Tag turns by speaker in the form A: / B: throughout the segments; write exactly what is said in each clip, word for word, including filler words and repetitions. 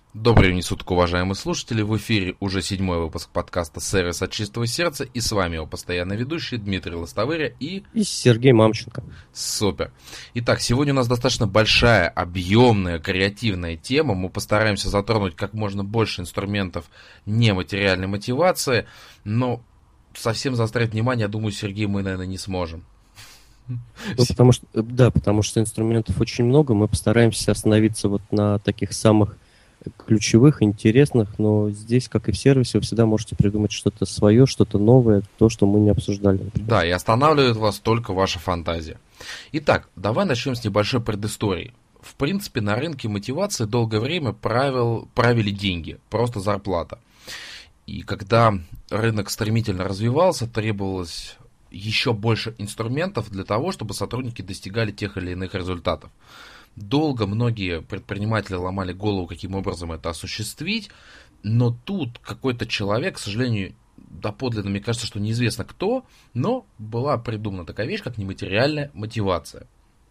A: Добрый день, суток, уважаемые слушатели. В эфире уже седьмой выпуск подкаста «Сервис от чистого сердца». И с вами его постоянный ведущий Дмитрий Лостовыря и...
B: И Сергей Мамченко.
A: Супер. Итак, сегодня у нас достаточно большая, объемная, креативная тема. Мы постараемся затронуть как можно больше инструментов нематериальной мотивации. Но совсем заострять внимание, я думаю, Сергей, мы, наверное, не сможем.
B: Ну, потому что, да, потому что инструментов очень много. Мы постараемся остановиться вот на таких самых ключевых, интересных, но здесь, как и в сервисе, вы всегда можете придумать что-то свое, что-то новое, то, что мы не обсуждали. Например.
A: Да, и останавливает вас только ваша фантазия. Итак, давай начнем с небольшой предыстории. В принципе, на рынке мотивации долгое время правил, правили деньги, просто зарплата. И когда рынок стремительно развивался, требовалось еще больше инструментов для того, чтобы сотрудники достигали тех или иных результатов. Долго многие предприниматели ломали голову, каким образом это осуществить, но тут какой-то человек, к сожалению, доподлинно, мне кажется, что неизвестно кто, но была придумана такая вещь, как нематериальная мотивация.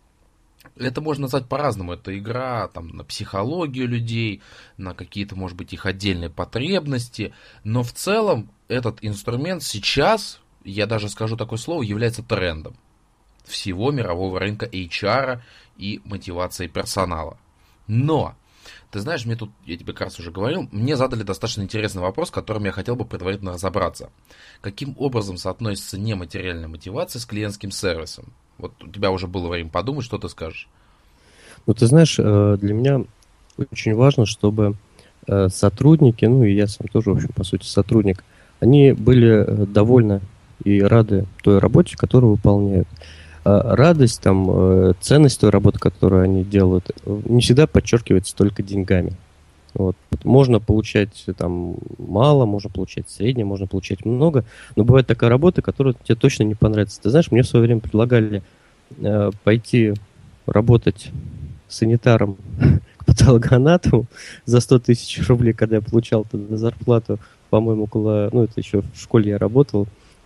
A: Это можно назвать по-разному. Это игра там, на психологию людей, на какие-то, может быть, их отдельные потребности, но в целом этот инструмент сейчас, я даже скажу такое слово, является трендом всего мирового рынка эйч ар и мотивации персонала. Но, ты знаешь, мне тут, я тебе как раз уже говорил, мне задали достаточно интересный вопрос, которым я хотел бы предварительно разобраться. Каким образом соотносится нематериальная мотивация с клиентским сервисом? Вот у тебя уже было время подумать, что ты скажешь.
B: Ну, ты знаешь, для меня очень важно, чтобы сотрудники, ну и я сам тоже, в общем, по сути, сотрудник, они были довольны и рады той работе, которую выполняют. Радость, там, ценность той работы, которую они делают, не всегда подчеркивается только деньгами. Вот. Можно получать там мало, можно получать среднее, можно получать много, но бывает такая работа, которая тебе точно не понравится. Ты знаешь, мне в свое время предлагали э, пойти работать санитаром к патологоанатому за сто тысяч рублей, когда я получал тогда зарплату, по-моему, около, ну это еще в школе я работал,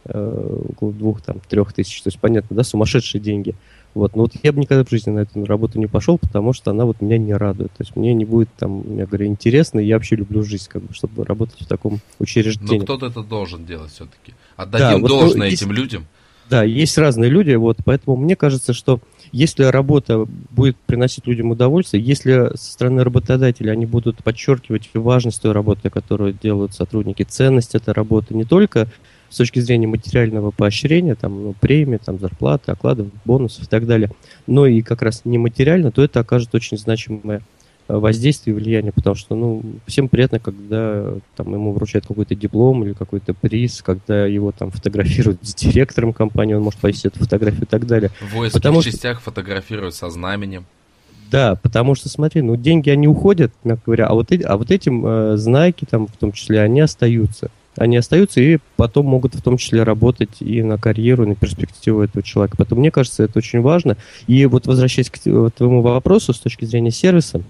B: около двух-трех тысяч, то есть, понятно, да, сумасшедшие деньги. Вот. Но вот я бы никогда в жизни на эту работу не пошел, потому что она вот меня не радует. То есть мне не будет там, я говорю, интересно, и я вообще люблю жизнь, как бы, чтобы работать в таком учреждении.
A: Но кто-то это должен делать все-таки. Отдадим да, должное вот, этим есть, людям.
B: Да, есть разные люди, вот, поэтому мне кажется, что если работа будет приносить людям удовольствие, если со стороны работодателя они будут подчеркивать важность той работы, которую делают сотрудники, ценность этой работы, не только с точки зрения материального поощрения, там, ну, премии, там, зарплаты, окладов, бонусов и так далее, но и как раз нематериально, то это окажет очень значимое воздействие и влияние, потому что, ну, всем приятно, когда там ему вручают какой-то диплом или какой-то приз, когда его там фотографируют с директором компании, он может повесить эту фотографию и так далее.
A: В воинских потому частях что... фотографируют со знаменем.
B: Да, потому что, смотри, ну, деньги, они уходят, мягко говоря, а вот, эти, а вот этим э, знаки, там, в том числе, они остаются. Они остаются и потом могут в том числе работать и на карьеру, и на перспективу этого человека. Поэтому мне кажется, это очень важно. И вот возвращаясь к твоему вопросу с точки зрения сервиса,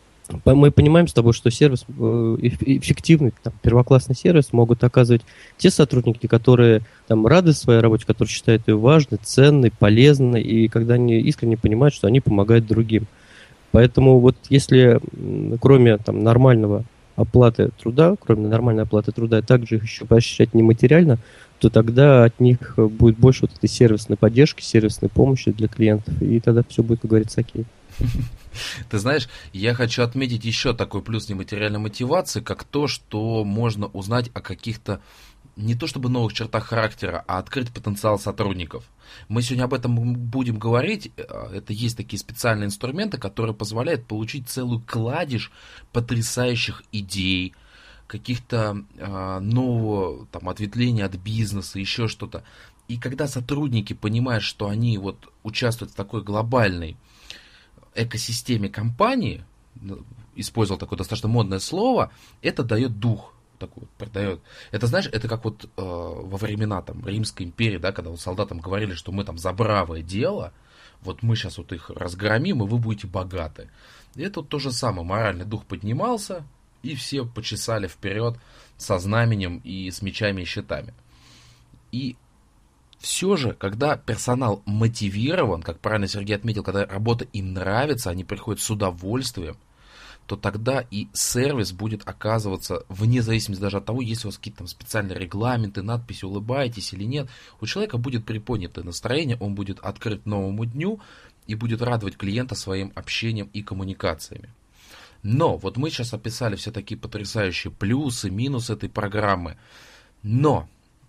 B: мы понимаем с тобой, что сервис, эффективный, там, первоклассный сервис могут оказывать те сотрудники, которые там, рады своей работе, которые считают ее важной, ценной, полезной, и когда они искренне понимают, что они помогают другим. Поэтому вот если кроме там, нормального оплаты труда, кроме нормальной оплаты труда, также их еще поощрять нематериально, то тогда от них будет больше вот этой сервисной поддержки, сервисной помощи для клиентов, и тогда все будет, как говорится, окей.
A: Ты знаешь, я хочу отметить еще такой плюс нематериальной мотивации, как то, что можно узнать о каких-то не то чтобы новых чертах характера, а открыть потенциал сотрудников. Мы сегодня об этом будем говорить. Это есть такие специальные инструменты, которые позволяют получить целую кладезь потрясающих идей, каких-то э, нового там, ответвления от бизнеса, еще что-то. И когда сотрудники понимают, что они вот участвуют в такой глобальной экосистеме компании, использовал такое достаточно модное слово, это дает дух. Такой вот придает. Это, знаешь, это как вот э, во времена там, Римской империи, да, когда вот солдатам говорили, что мы там за бравое дело, вот мы сейчас вот их разгромим, и вы будете богаты. И это вот то же самое, моральный дух поднимался, и все почесали вперед со знаменем и с мечами и щитами. И все же, когда персонал мотивирован, как правильно Сергей отметил, когда работа им нравится, они приходят с удовольствием, то тогда и сервис будет оказываться, вне зависимости даже от того, есть у вас какие-то там специальные регламенты, надписи, улыбаетесь или нет, у человека будет приподнятое настроение, он будет открыт новому дню и будет радовать клиента своим общением и коммуникациями. Но вот мы сейчас описали все такие потрясающие плюсы, минусы этой программы. Но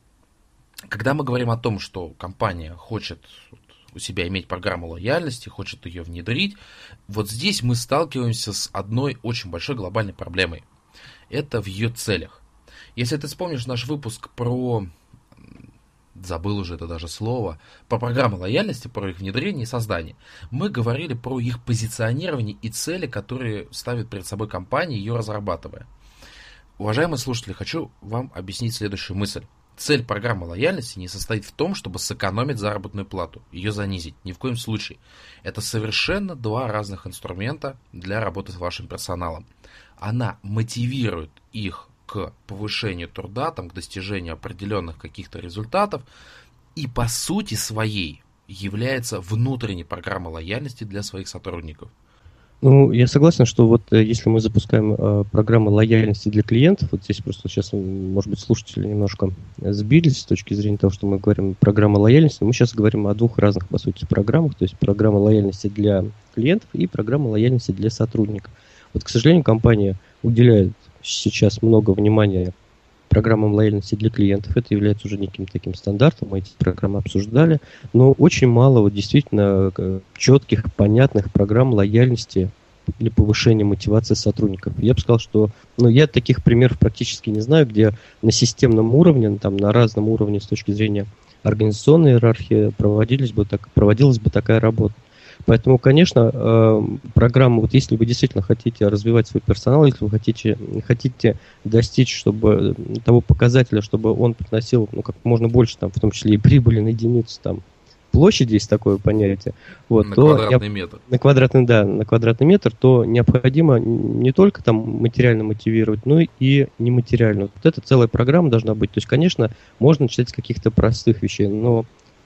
A: когда мы говорим о том, что компания хочет у себя иметь программу лояльности, хочет ее внедрить, вот здесь мы сталкиваемся с одной очень большой глобальной проблемой. Это в ее целях. Если ты вспомнишь наш выпуск про, забыл уже это даже слово, про программы лояльности, про их внедрение и создание, мы говорили про их позиционирование и цели, которые ставит перед собой компания, ее разрабатывая. Уважаемые слушатели, хочу вам объяснить следующую мысль. Цель программы лояльности не состоит в том, чтобы сэкономить заработную плату, ее занизить. Ни в коем случае. Это совершенно два разных инструмента для работы с вашим персоналом. Она мотивирует их к повышению труда, там, к достижению определенных каких-то результатов и по сути своей является внутренней программой лояльности для своих сотрудников.
B: Ну, я согласен, что вот э, если мы запускаем э, программу лояльности для клиентов, вот здесь просто сейчас, может быть, слушатели немножко сбились с точки зрения того, что мы говорим программа лояльности, мы сейчас говорим о двух разных, по сути, программах, то есть программа лояльности для клиентов и программа лояльности для сотрудников. Вот, к сожалению, компания уделяет сейчас много внимания программам лояльности для клиентов. Это является уже неким таким стандартом, мы эти программы обсуждали, но очень мало вот действительно четких, понятных программ лояльности или повышения мотивации сотрудников. Я бы сказал, что ну, я таких примеров практически не знаю, где на системном уровне, там, на разном уровне с точки зрения организационной иерархии проводились бы так, проводилась бы такая работа. Поэтому, конечно, программа, вот если вы действительно хотите развивать свой персонал, если вы хотите, хотите достичь чтобы, того показателя, чтобы он приносил ну, как можно больше, там, в том числе и прибыли на единицу, там, площади есть такое понятие. Вот,
A: на
B: то
A: квадратный не, метр.
B: На квадратный, да, на квадратный метр, то необходимо не только там материально мотивировать, но и нематериально. Вот это целая программа должна быть. То есть, конечно, можно начать с каких-то простых вещей, но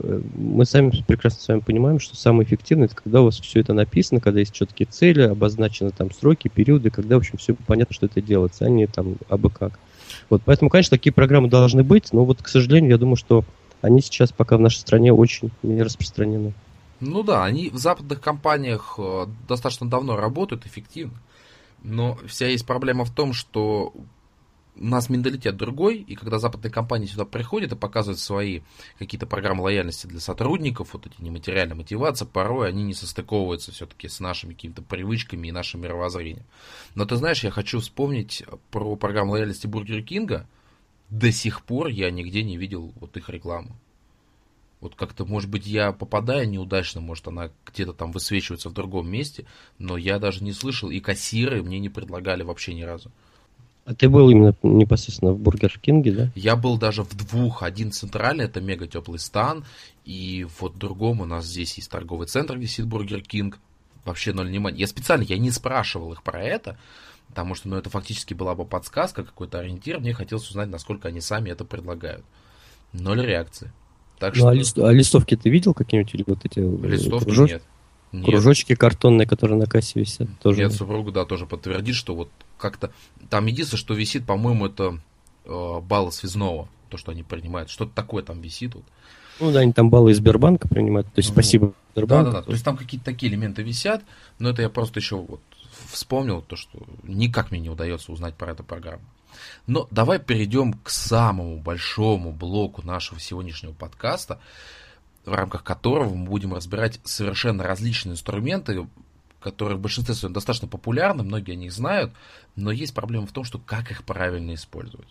B: мы сами прекрасно с вами понимаем, что самое эффективное, это когда у вас все это написано, когда есть четкие цели, обозначены там сроки, периоды, когда, в общем, все понятно, что это делается, а не там абы как. Вот, поэтому, конечно, такие программы должны быть, но вот, к сожалению, я думаю, что они сейчас пока в нашей стране очень не распространены.
A: Ну да, они в западных компаниях достаточно давно работают эффективно, но вся есть проблема в том, что у нас менталитет другой, и когда западные компании сюда приходят и показывают свои какие-то программы лояльности для сотрудников, вот эти нематериальные мотивации, порой они не состыковываются все-таки с нашими какими-то привычками и нашим мировоззрением. Но ты знаешь, я хочу вспомнить про программу лояльности Бургер Кинга. До сих пор я нигде не видел вот их рекламу. Вот как-то, может быть, я попадаю неудачно, может, она где-то там высвечивается в другом месте, но я даже не слышал, и кассиры мне не предлагали вообще ни разу.
B: А ты был именно непосредственно в Бургер Кинге, да?
A: Я был даже в двух. Один центральный, это мега теплый стан, и вот в другом у нас здесь есть торговый центр, висит Бургер Кинг. Вообще ноль внимания. Я специально, я не спрашивал их про это, потому что, ну, это фактически была бы подсказка, какой-то ориентир. Мне хотелось узнать, насколько они сами это предлагают. Ноль реакции. Так
B: ну,
A: что...
B: а, лист... а листовки ты видел какие-нибудь или вот эти...
A: Листовки
B: кружоч...
A: нет. Нет.
B: Кружочки картонные, которые на кассе висят, тоже.
A: Нет, супруга, да, тоже подтвердит, что вот как-то... Там единственное, что висит, по-моему, это э, баллы связного, то, что они принимают. Что-то такое там висит. Вот.
B: Ну да, они там баллы из Сбербанка принимают, то есть ну, спасибо Сбербанку.
A: Да-да-да, то есть там какие-то такие элементы висят, но это я просто еще вот вспомнил, то, что никак мне не удается узнать про эту программу. Но давай перейдем к самому большому блоку нашего сегодняшнего подкаста, в рамках которого мы будем разбирать совершенно различные инструменты, которые в большинстве своем достаточно популярны, многие о них знают, но есть проблема в том, что как их правильно использовать.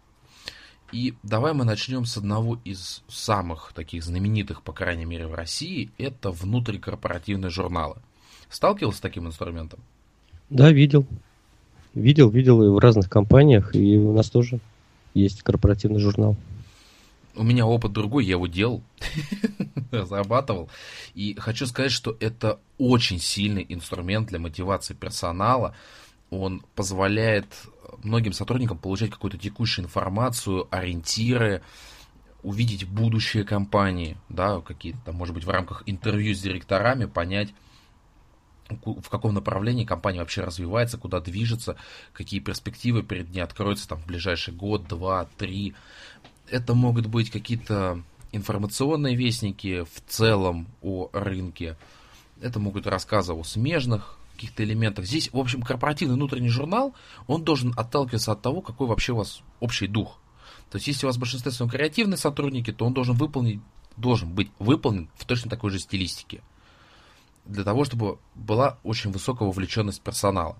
A: И давай мы начнем с одного из самых таких знаменитых, по крайней мере, в России, это внутрикорпоративные журналы. Сталкивался с таким инструментом?
B: Да, видел. Видел, видел и в разных компаниях, и у нас тоже есть корпоративный журнал.
A: У меня опыт другой, я его делал, разрабатывал. И хочу сказать, что это очень сильный инструмент для мотивации персонала. Он позволяет многим сотрудникам получать какую-то текущую информацию, ориентиры, увидеть будущее компании, да, какие-то там, может быть, в рамках интервью с директорами понять, в каком направлении компания вообще развивается, куда движется, какие перспективы перед ней откроются там в ближайший год, два, три. Это могут быть какие-то информационные вестники в целом о рынке. Это могут рассказы о смежных каких-то элементах. Здесь, в общем, корпоративный внутренний журнал, он должен отталкиваться от того, какой вообще у вас общий дух. То есть, если у вас в большинстве своем креативные сотрудники, то он должен выполнить, должен быть выполнен в точно такой же стилистике. Для того, чтобы была очень высокая вовлеченность персонала.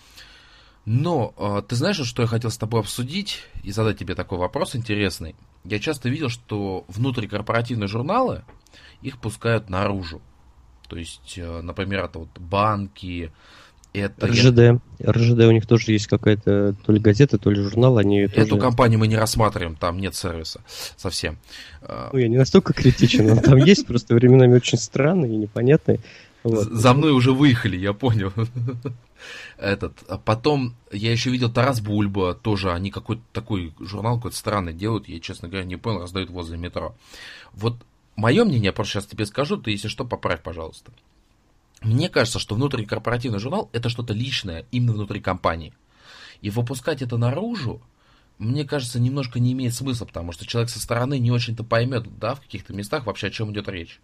A: Но э, ты знаешь, что я хотел с тобой обсудить и задать тебе такой вопрос интересный. Я часто видел, что внутрикорпоративные журналы, их пускают наружу. То есть, э, например, это вот банки, это...
B: РЖД. РЖД у них тоже есть какая-то то ли газета, то ли журнал. Они
A: Эту
B: тоже...
A: компанию мы не рассматриваем, там нет сервиса совсем.
B: Ну, я не настолько критичен, но там есть просто временами очень странные и непонятные.
A: Вот. За мной уже выехали, я понял. Этот. А потом я еще видел Тарас Бульба, тоже они какой-то такой журнал какой-то странный делают, я, честно говоря, не понял, раздают возле метро. Вот мое мнение, я просто сейчас тебе скажу, ты, если что, поправь, пожалуйста. Мне кажется, что внутрикорпоративный журнал это что-то личное, именно внутри компании. И выпускать это наружу, мне кажется, немножко не имеет смысла, потому что человек со стороны не очень-то поймет, да, в каких-то местах вообще о чем идет речь.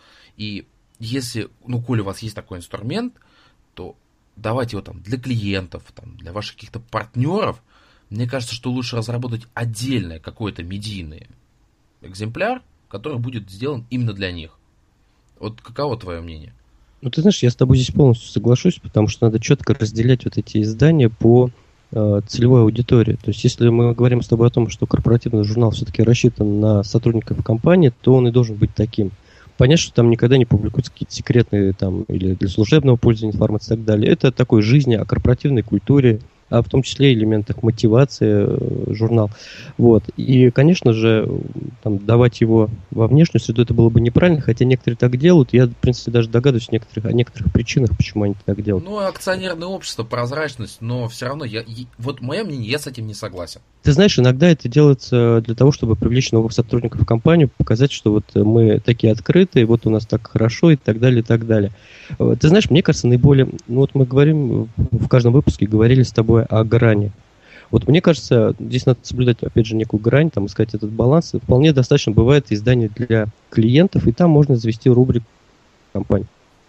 A: И если, ну, коли у вас есть такой инструмент, то давайте его там для клиентов, там, для ваших каких-то партнеров. Мне кажется, что лучше разработать отдельное какой-то медийный экземпляр, который будет сделан именно для них. Вот каково твое мнение?
B: Ну, ты знаешь, я с тобой здесь полностью соглашусь, потому что надо четко разделять вот эти издания по э, целевой аудитории. То есть, если мы говорим с тобой о том, что корпоративный журнал все-таки рассчитан на сотрудников компании, то он и должен быть таким. Понятно, что там никогда не публикуются какие-то секретные там или для служебного пользования информации и так далее. Это такой жизни, о корпоративной культуре, а в том числе элементах мотивации э, журнал. Вот. И, конечно же, там, давать его во внешнюю среду это было бы неправильно, хотя некоторые так делают. Я, в принципе, даже догадываюсь некоторых, о некоторых причинах, почему они так делают.
A: Ну, акционерное общество, прозрачность, но все равно, я, вот мое мнение, я с этим не согласен.
B: Ты знаешь, иногда это делается для того, чтобы привлечь новых сотрудников в компанию, показать, что вот мы такие открытые, вот у нас так хорошо и так далее, и так далее. Ты знаешь, мне кажется, наиболее... Ну, вот мы говорим, в каждом выпуске говорили с тобой о грани. Вот мне кажется, здесь надо соблюдать, опять же, некую грань, там искать этот баланс. Вполне достаточно бывает изданий для клиентов, и там можно завести рубрику компании.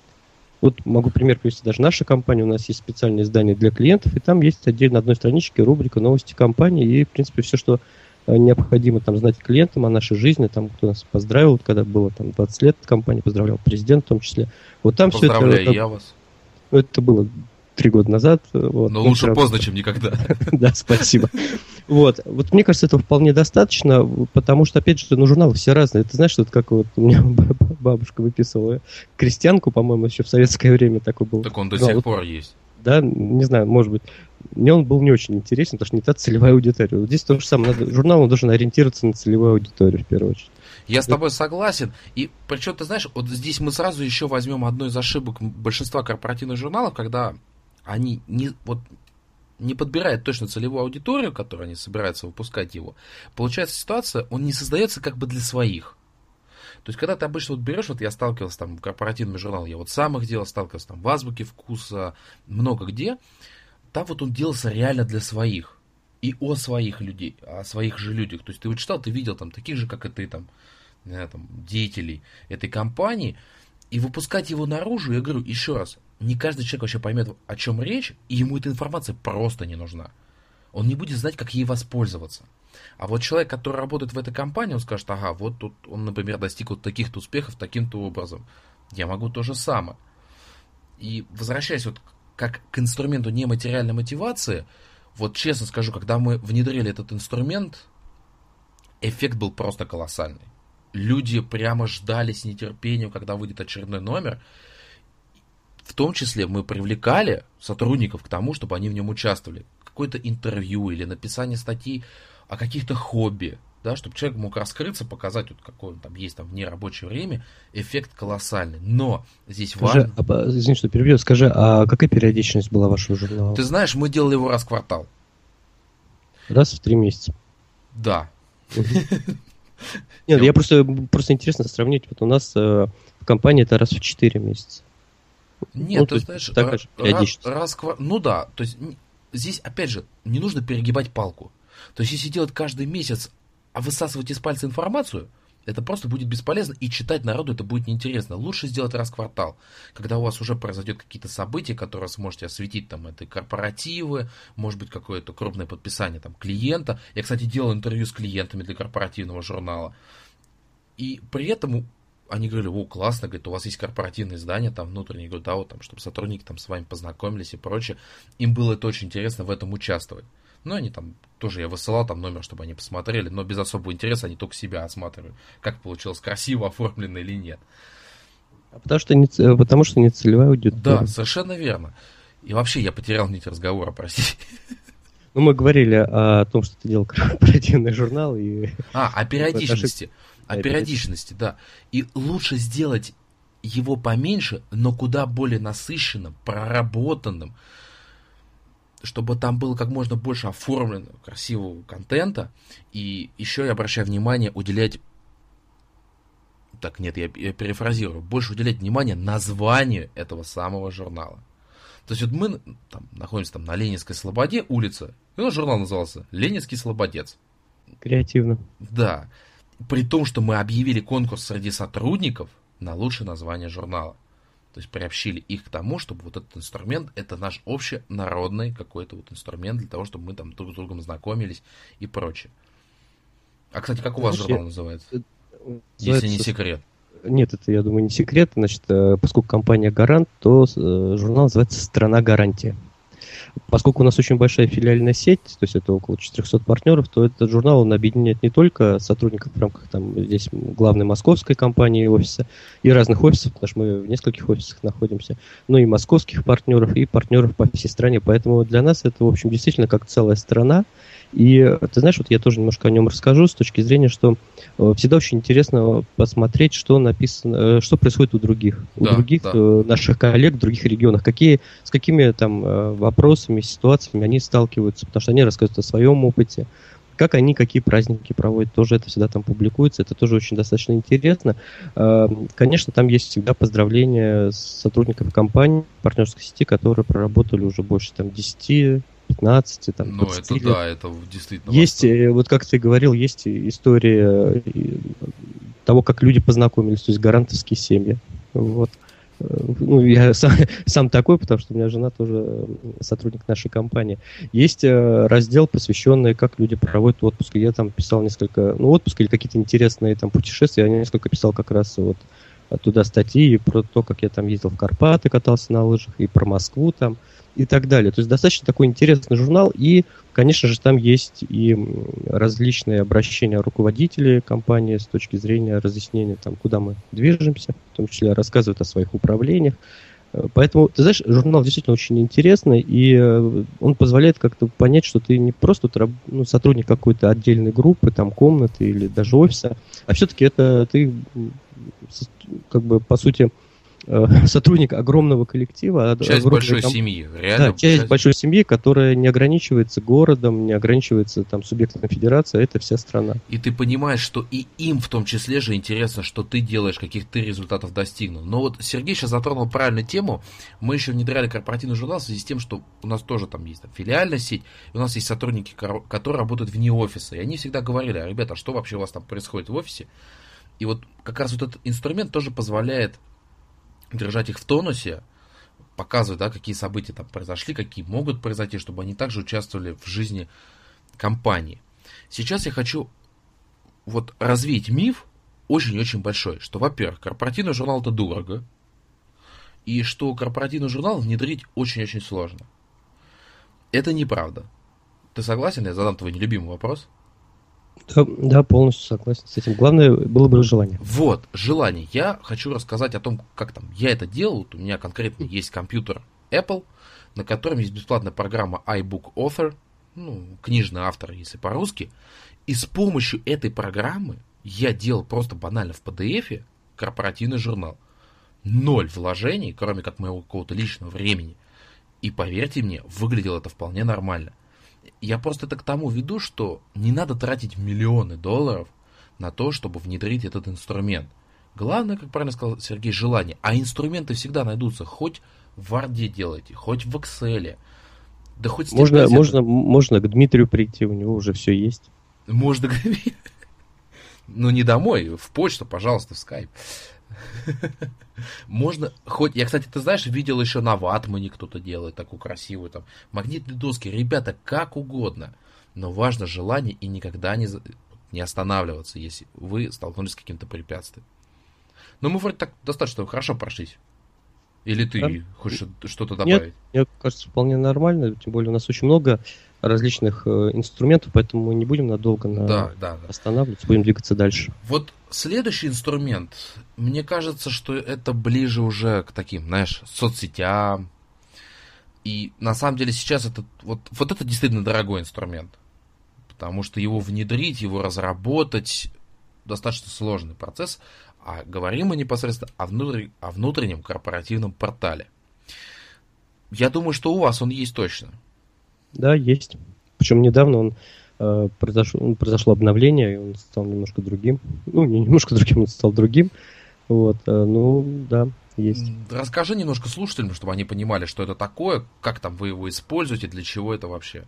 B: Вот могу пример привести даже наша компания. У нас есть специальное издание для клиентов, и там есть отдельно на одной страничке рубрика «Новости компании», и, в принципе, все, что необходимо там знать клиентам о нашей жизни, там, кто нас поздравил, когда было там двадцать лет компании, поздравлял президент в том числе. Вот там все это...
A: Поздравляю я вас.
B: Ну, это было три года назад. Вот,
A: но лучше поздно, чем никогда.
B: Да, спасибо. Вот. Вот мне кажется, этого вполне достаточно, потому что, опять же, ну, журналы все разные. Ты знаешь, вот как вот у меня бабушка выписывала крестьянку, по-моему, еще в советское время такой был.
A: Так он до сих пор есть.
B: Да, не знаю, может быть. Мне он был не очень интересен, потому что не та целевая аудитория. Вот здесь то же самое. Надо, журнал он должен ориентироваться на целевую аудиторию в первую очередь.
A: Я с тобой согласен. И причем, ты знаешь, вот здесь мы сразу еще возьмем одну из ошибок большинства корпоративных журналов, когда они не, вот, не подбирают точно целевую аудиторию, которую они собираются выпускать его. Получается ситуация, он не создается как бы для своих. То есть, когда ты обычно вот берешь, вот я сталкивался там в корпоративном журнале, я вот сам их делал, сталкивался там в Азбуке Вкуса, много где, там вот он делался реально для своих. И о своих людей, о своих же людях. То есть, ты вот читал, ты видел там таких же, как и ты, там, не знаю, там, деятелей этой компании, и выпускать его наружу, я говорю, еще раз, не каждый человек вообще поймет, о чем речь, и ему эта информация просто не нужна. Он не будет знать, как ей воспользоваться. А вот человек, который работает в этой компании, он скажет, ага, вот тут он, например, достиг вот таких-то успехов таким-то образом. Я могу то же самое. И возвращаясь вот как к инструменту нематериальной мотивации, вот честно скажу, когда мы внедрили этот инструмент, эффект был просто колоссальный. Люди прямо ждали с нетерпением, когда выйдет очередной номер. В том числе мы привлекали сотрудников к тому, чтобы они в нем участвовали. Какое-то интервью или написание статей о каких-то хобби, да, чтобы человек мог раскрыться, показать, вот какой он там есть там в нерабочее время, эффект колоссальный. Но здесь
B: скажи, важно... А, извини, что перебью, скажи, а какая периодичность была вашего журнала?
A: Ты знаешь, мы делали его раз в квартал.
B: Раз в три месяца?
A: Да.
B: Нет, я просто, просто интересно сравнить. Вот у нас э, в компании это раз в четыре месяца.
A: Нет,
B: Ну,
A: ты
B: то есть
A: знаешь,
B: такая же
A: раз,
B: периодичность.
A: раз, ну да, то есть здесь, опять же, не нужно перегибать палку. То есть, если делать каждый месяц, а высасывать из пальца информацию, это просто будет бесполезно, и читать народу это будет неинтересно. Лучше сделать раз в квартал, когда у вас уже произойдет какие-то события, которые сможете осветить, там, это корпоративы, может быть, какое-то крупное подписание там клиента. Я, кстати, делал интервью с клиентами для корпоративного журнала. И при этом они говорили: о, классно, говорит, у вас есть корпоративное издание, там внутреннее, говорю, да, вот там, чтобы сотрудники там с вами познакомились и прочее. Им было это очень интересно в этом участвовать. Ну, они там, тоже я высылал там номер, чтобы они посмотрели, но без особого интереса они только себя осматривают, как получилось, красиво оформлено или нет.
B: А потому что не, ц- потому что не целевая аудитория.
A: Да, совершенно верно. И вообще я потерял нить разговора, простите.
B: Ну, мы говорили о том, что ты делал корпоративный журнал и...
A: А, о периодичности. О
B: Да,
A: периодичности, да. И лучше сделать его поменьше, но куда более насыщенным, проработанным, чтобы там было как можно больше оформленного, красивого контента. И еще я обращаю внимание уделять... Так, нет, я, я перефразирую. Больше уделять внимание названию этого самого журнала. То есть вот мы там, находимся там на Ленинской Слободе, улица, и у журнал назывался «Ленинский Слободец».
B: Креативно.
A: Да. При том, что мы объявили конкурс среди сотрудников на лучшее название журнала. То есть приобщили их к тому, чтобы вот этот инструмент, это наш общенародный какой-то вот инструмент для того, чтобы мы там друг с другом знакомились и прочее. А, кстати, как у вас
B: Знаешь,
A: журнал
B: я-
A: называется?
B: называется
A: Если не
B: с-
A: секрет.
B: Нет, это, я думаю, не секрет. Значит, э, поскольку компания «Гарант», то э, журнал называется «Страна гарантии». Поскольку у нас очень большая филиальная сеть, то есть это около четырехсот партнеров, то этот журнал он объединяет не только сотрудников в рамках там, здесь главной московской компании офиса и разных офисов, потому что мы в нескольких офисах находимся, но и московских партнеров, и партнеров по всей стране. Поэтому для нас это, в общем, действительно как целая страна. И ты знаешь, вот я тоже немножко о нем расскажу с точки зрения, что э, всегда очень интересно посмотреть, что написано, э, что происходит у других, у
A: Да,
B: других
A: да.
B: э, наших коллег в других регионах, какие, с какими там э, вопросами, ситуациями они сталкиваются, потому что они рассказывают о своем опыте, как они какие праздники проводят, тоже это всегда там публикуется, это тоже очень достаточно интересно. Э, Конечно, там есть всегда поздравления сотрудников компании, партнерской сети, которые проработали уже больше там десять, пятнадцать, там,
A: Ну,
B: двадцать
A: это
B: лет.
A: да, это действительно
B: Есть,
A: восторг.
B: э, вот как ты говорил, есть и история э, того, как люди познакомились, то есть гарантовские семьи. Вот. Э, Ну, я сам, сам такой, потому что у меня жена тоже э, сотрудник нашей компании. Есть э, раздел, посвященный, как люди проводят отпуск. Я там писал несколько, ну, отпуск или какие-то интересные там путешествия. Я несколько писал как раз вот оттуда статьи и про то, как я там ездил в Карпаты, катался на лыжах, и про Москву там, и так далее. То есть достаточно такой интересный журнал, и, конечно же, там есть и м, различные обращения руководителей компании с точки зрения разъяснения, там, куда мы движемся, в том числе рассказывают о своих управлениях. Э, Поэтому, ты знаешь, журнал действительно очень интересный, и э, он позволяет как-то понять, что ты не просто вот раб- ну, сотрудник какой-то отдельной группы, там, комнаты или даже офиса, а все-таки это ты м, с- как бы, по сути, э, сотрудник огромного коллектива, ог-
A: Часть
B: огромной
A: большой
B: ком-
A: семьи.
B: да,
A: Реально,
B: часть большой семьи, которая не ограничивается городом, не ограничивается там субъектом федерации, а это вся страна.
A: И ты понимаешь, что и им в том числе же интересно, что ты делаешь, каких ты результатов достигнул. Но вот Сергей сейчас затронул правильную тему. Мы еще внедряли корпоративный журнал в связи с тем, что у нас тоже там есть там, филиальная сеть, и у нас есть сотрудники, кор- которые работают вне офиса. И они всегда говорили: а, ребята, а что вообще у вас там происходит в офисе? И вот как раз вот этот инструмент тоже позволяет держать их в тонусе, показывать, да, какие события там произошли, какие могут произойти, чтобы они также участвовали в жизни компании. Сейчас я хочу вот развеять миф очень-очень большой, что, во-первых, корпоративный журнал это дорого, и что корпоративный журнал внедрить очень-очень сложно. Это неправда. Ты согласен? Я задам твой нелюбимый вопрос.
B: Да, да, полностью согласен с этим. Главное было бы желание.
A: Вот, желание. Я хочу рассказать о том, как там я это делал. Вот у меня конкретно есть компьютер Apple, на котором есть бесплатная программа iBook Author, ну, книжный автор, если по-русски. И с помощью этой программы я делал просто банально в пи ди эф корпоративный журнал. Ноль вложений, кроме как моего какого-то личного времени. И поверьте мне, выглядело это вполне нормально. Я просто это к тому веду, что не надо тратить миллионы долларов на то, чтобы внедрить этот инструмент. Главное, как правильно сказал Сергей, желание. А инструменты всегда найдутся. Хоть в Word делайте, хоть в Excel. Да хоть
B: можно, можно, можно к Дмитрию прийти, у него уже все есть.
A: Можно, ну не домой, в почту, пожалуйста, в скайп. Можно, хоть, я, кстати, ты знаешь, видел еще на ватмане кто-то делает такую красивую, там, магнитные доски, ребята, как угодно, но важно желание и никогда не, не останавливаться, если вы столкнулись с каким-то препятствием. Но мы вроде так достаточно хорошо прошлись. Или ты да? хочешь что-то добавить?
B: Нет, мне кажется, вполне нормально, тем более у нас очень много различных э, инструментов, поэтому мы не будем надолго на... да, да, да. останавливаться, будем двигаться дальше.
A: Вот следующий инструмент, мне кажется, что это ближе уже к таким, знаешь, соцсетям. И на самом деле сейчас это вот, вот это действительно дорогой инструмент. Потому что его внедрить, его разработать достаточно сложный процесс. А говорим мы непосредственно о, внутри, о внутреннем корпоративном портале. Я думаю, что у вас он есть точно.
B: Да, есть. Причем недавно он, э, произошло, произошло обновление, и он стал немножко другим. Ну, не немножко другим, он стал другим. Вот, э, ну, да, есть.
A: Расскажи немножко слушателям, чтобы они понимали, что это такое, как там вы его используете, для чего это вообще.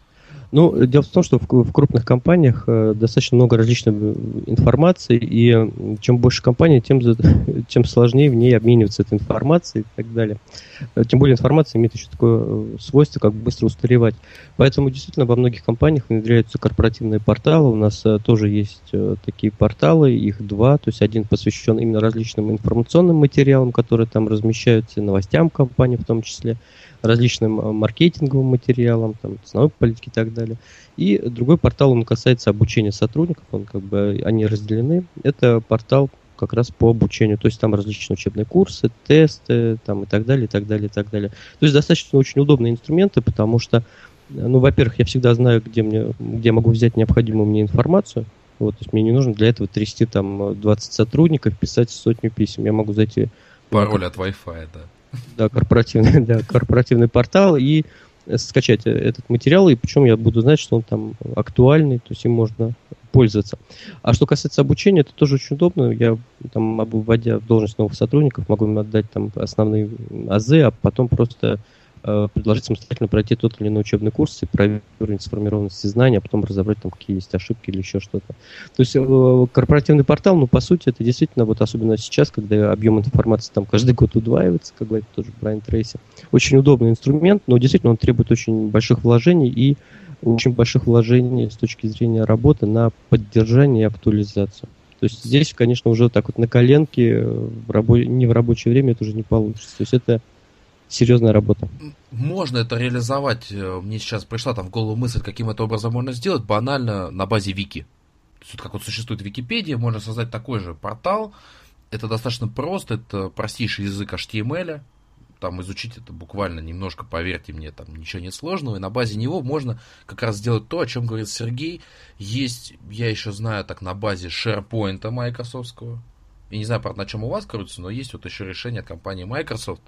B: Ну, дело в том, что в, в крупных компаниях э, достаточно много различной информации, и э, чем больше компаний, тем, тем сложнее в ней обмениваться этой информацией и так далее. Тем более информация имеет еще такое свойство, как быстро устаревать. Поэтому действительно во многих компаниях внедряются корпоративные порталы. У нас э, тоже есть э, такие порталы, их два. То есть один посвящен именно различным информационным материалам, которые там размещаются, новостям компании в том числе, различным маркетинговым материалам, там, ценовой политики и так далее. И другой портал, он касается обучения сотрудников, он как бы, они разделены. Это портал как раз по обучению, то есть там различные учебные курсы, тесты, там и так далее, и так далее, и так далее. То есть достаточно очень удобные инструменты, потому что, ну, во-первых, я всегда знаю, где мне, где я могу взять необходимую мне информацию. Вот, то есть мне не нужно для этого трясти там двадцать сотрудников, писать сотню писем. Я могу зайти...
A: Пароль от Wi-Fi, да.
B: Да, корпоративный, да, корпоративный портал и скачать этот материал, и причем я буду знать, что он там актуальный, то есть им можно пользоваться. А что касается обучения, это тоже очень удобно. Я там, вводя в должность новых сотрудников, могу им отдать там основные азы, а потом просто э, предложить самостоятельно пройти тот или иной учебный курс и проверить уровень сформированности знаний, а потом разобрать там какие есть ошибки или еще что-то. То есть э, корпоративный портал, ну, по сути, это действительно, вот особенно сейчас, когда объем информации там каждый год удваивается, как говорит тоже Брайан Трейси, очень удобный инструмент, но действительно он требует очень больших вложений и очень больших вложений с точки зрения работы на поддержание и актуализацию. То есть здесь, конечно, уже так вот на коленке, в рабо... не в рабочее время это уже не получится. То есть это серьезная работа.
A: Можно это реализовать. Мне сейчас пришла там в голову мысль, каким это образом можно сделать, банально на базе Вики. То есть, как вот существует Википедия, можно создать такой же портал. Это достаточно просто, это простейший язык эйч ти эм эль. Там изучить это буквально немножко, поверьте мне, там ничего нет сложного. И на базе него можно как раз сделать то, о чем говорит Сергей. Есть, я еще знаю, так на базе SharePoint майкрософтского. Я не знаю, правда, на чем у вас крутится, но есть вот еще решение от компании Microsoft.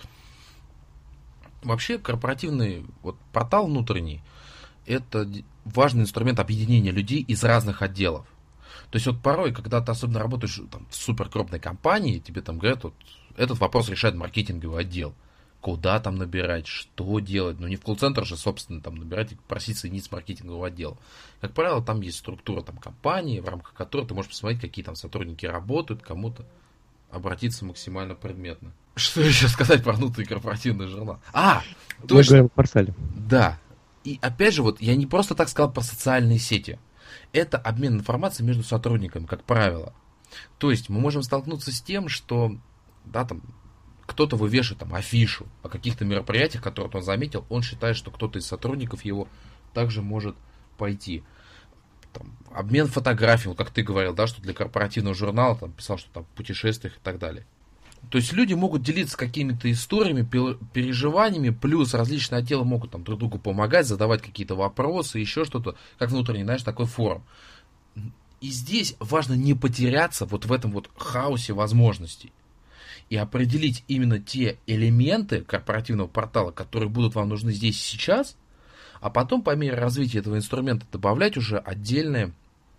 A: Вообще, корпоративный вот, портал внутренний – это важный инструмент объединения людей из разных отделов. То есть вот порой, когда ты особенно работаешь там, в суперкрупной компании, тебе там говорят, вот, этот вопрос решает маркетинговый отдел. Куда там набирать, что делать. Ну, не в колл-центр же, собственно, там набирать и просить соединить с маркетингового отдела. Как правило, там есть структура там, компании, в рамках которой ты можешь посмотреть, какие там сотрудники работают, кому-то обратиться максимально предметно. Что еще сказать про внутренний корпоративный журнал? А, точно. Да. И опять же, вот я не просто так сказал про социальные сети. Это обмен информацией между сотрудниками, как правило. То есть мы можем столкнуться с тем, что, да, там, кто-то вывешивает там афишу о каких-то мероприятиях, которые он заметил, он считает, что кто-то из сотрудников его также может пойти. Там, обмен фотографий, как ты говорил, да, что для корпоративного журнала там писал, что там в путешествиях и так далее. То есть люди могут делиться какими-то историями, переживаниями, плюс различные отделы могут там друг другу помогать, задавать какие-то вопросы, еще что-то, как внутренний, знаешь, такой форум. И здесь важно не потеряться вот в этом вот хаосе возможностей и определить именно те элементы корпоративного портала, которые будут вам нужны здесь и сейчас, а потом по мере развития этого инструмента добавлять уже отдельные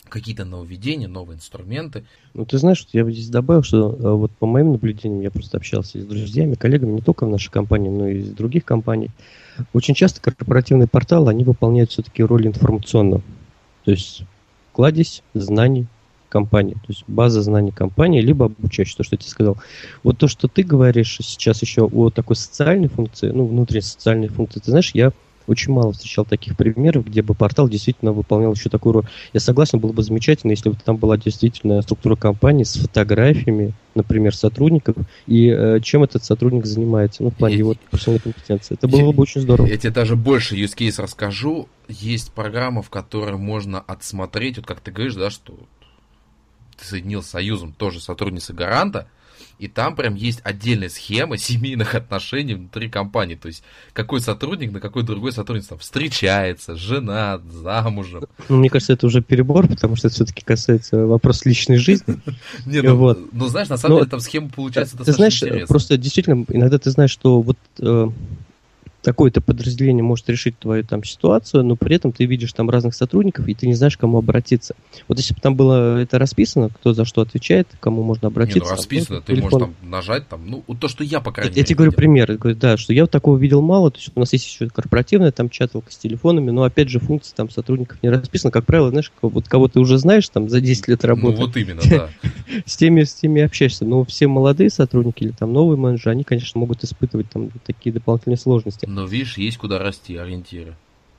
A: какие-то нововведения, новые инструменты.
B: Ну, ты знаешь, я бы здесь добавил, что э, вот по моим наблюдениям, я просто общался и с друзьями, коллегами, не только в нашей компании, но и из других компаний. Очень часто корпоративные порталы, они выполняют все-таки роль информационную. То есть кладезь знаний компании, то есть база знаний компании, либо обучающая, то, что я тебе сказал. Вот то, что ты говоришь сейчас еще о такой социальной функции, ну, внутренней социальной функции, ты знаешь, я очень мало встречал таких примеров, где бы портал действительно выполнял еще такую роль. Я согласен, было бы замечательно, если бы там была действительно структура компании с фотографиями, например, сотрудников, и э, чем этот сотрудник занимается, ну, в плане
A: Я-
B: его профессиональной компетенции. Это было бы очень здорово.
A: Я тебе даже больше use case расскажу. Есть программа, в которой можно отсмотреть, вот как ты говоришь, да, что ты соединился с Союзом, тоже сотрудница Гаранта, и там прям есть отдельная схема семейных отношений внутри компании. То есть, какой сотрудник на какой другой сотрудник там встречается, женат, замужем.
B: Ну, мне кажется, это уже перебор, потому что это все-таки касается вопроса личной жизни.
A: Не, ну,
B: Вот.
A: ну, знаешь, на самом
B: Но
A: деле там схема получается
B: Ты
A: достаточно
B: знаешь,
A: интересная.
B: просто действительно, иногда ты знаешь, что вот э, такое-то подразделение может решить твою там ситуацию, но при этом ты видишь там разных сотрудников, и ты не знаешь, к кому обратиться. Вот если бы там было это расписано, кто за что отвечает, к кому можно
A: Не,
B: обратиться.
A: ну расписано,
B: ну,
A: ты
B: телефон.
A: можешь там нажать, там, ну, вот то, что я, по крайней
B: Я,
A: мере,
B: я тебе говорю
A: видел.
B: пример, я говорю, да, что я вот такого видел мало, то есть у нас есть еще корпоративная там чаталка с телефонами, но опять же функция там сотрудников не расписана, как правило, знаешь, как- вот кого ты уже знаешь там за десять лет
A: Ну,
B: работы,
A: вот именно, да.
B: с теми, с теми общаешься. Но все молодые сотрудники или там новые менеджеры, они, конечно, могут испытывать там такие дополнительные сложности.
A: Но, видишь, есть куда расти, ориентиры.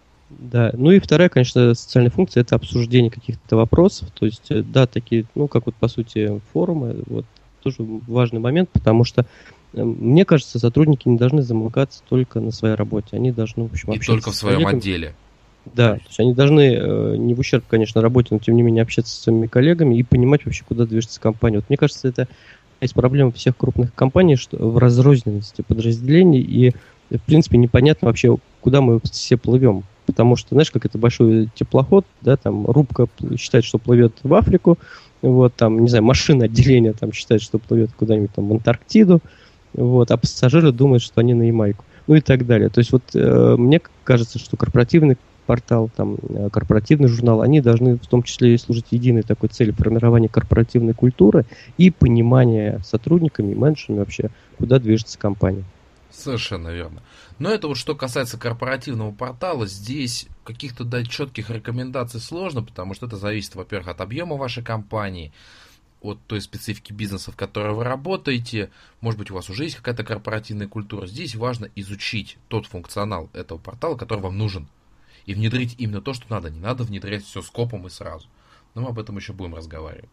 B: Да, ну и вторая, конечно, социальная функция — это обсуждение каких-то вопросов. То есть, э, да, такие, ну, как вот, по сути, форумы, вот, тоже важный момент, потому что, э, мне кажется, сотрудники не должны замыкаться только на своей работе. Они должны, в общем,
A: И
B: общаться
A: только в
B: с
A: своем
B: коллегами.
A: отделе.
B: Да, то есть они должны, э, не в ущерб, конечно, работе, но, тем не менее, общаться со своими коллегами и понимать вообще, куда движется компания. Вот мне кажется, это есть проблема всех крупных компаний, что в разрозненности подразделений, и, в принципе, непонятно вообще, куда мы все плывем. Потому что, знаешь, как это большой теплоход, да, там рубка считает, что плывет в Африку, вот, там, не знаю, машина отделения там считает, что плывет куда-нибудь там в Антарктиду, вот, а пассажиры думают, что они на Ямайку, ну и так далее. То есть вот э, мне кажется, что корпоративный портал, там, э, корпоративный журнал, они должны в том числе и служить единой такой цели формирования корпоративной культуры и понимания сотрудниками и менеджерами вообще, куда движется компания.
A: Совершенно верно. Но это вот что касается корпоративного портала, здесь каких-то дать четких рекомендаций сложно, потому что это зависит, во-первых, от объема вашей компании, от той специфики бизнеса, в которой вы работаете. Может быть, у вас уже есть какая-то корпоративная культура. Здесь важно изучить тот функционал этого портала, который вам нужен, и внедрить именно то, что надо. Не надо внедрять все скопом и сразу. Но мы об этом еще будем разговаривать.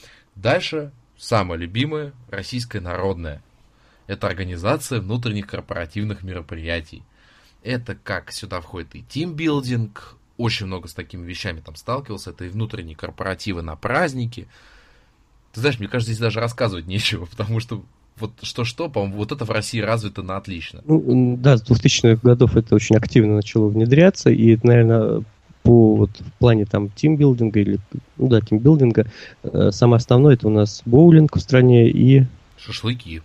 A: Дальше самое любимое, российское народное. Это организация внутренних корпоративных мероприятий. Это как сюда входит и тимбилдинг, очень много с такими вещами там сталкивался, это и внутренние корпоративы на праздники. Ты знаешь, мне кажется, здесь даже рассказывать нечего, потому что вот что-что, по-моему, вот это в России развито на отлично.
B: Ну, да, с двухтысячных годов это очень активно начало внедряться, и это, наверное, по вот в плане там тимбилдинга или, ну да, тимбилдинга, э, самое основное это у нас боулинг в стране и
A: Шашлыки.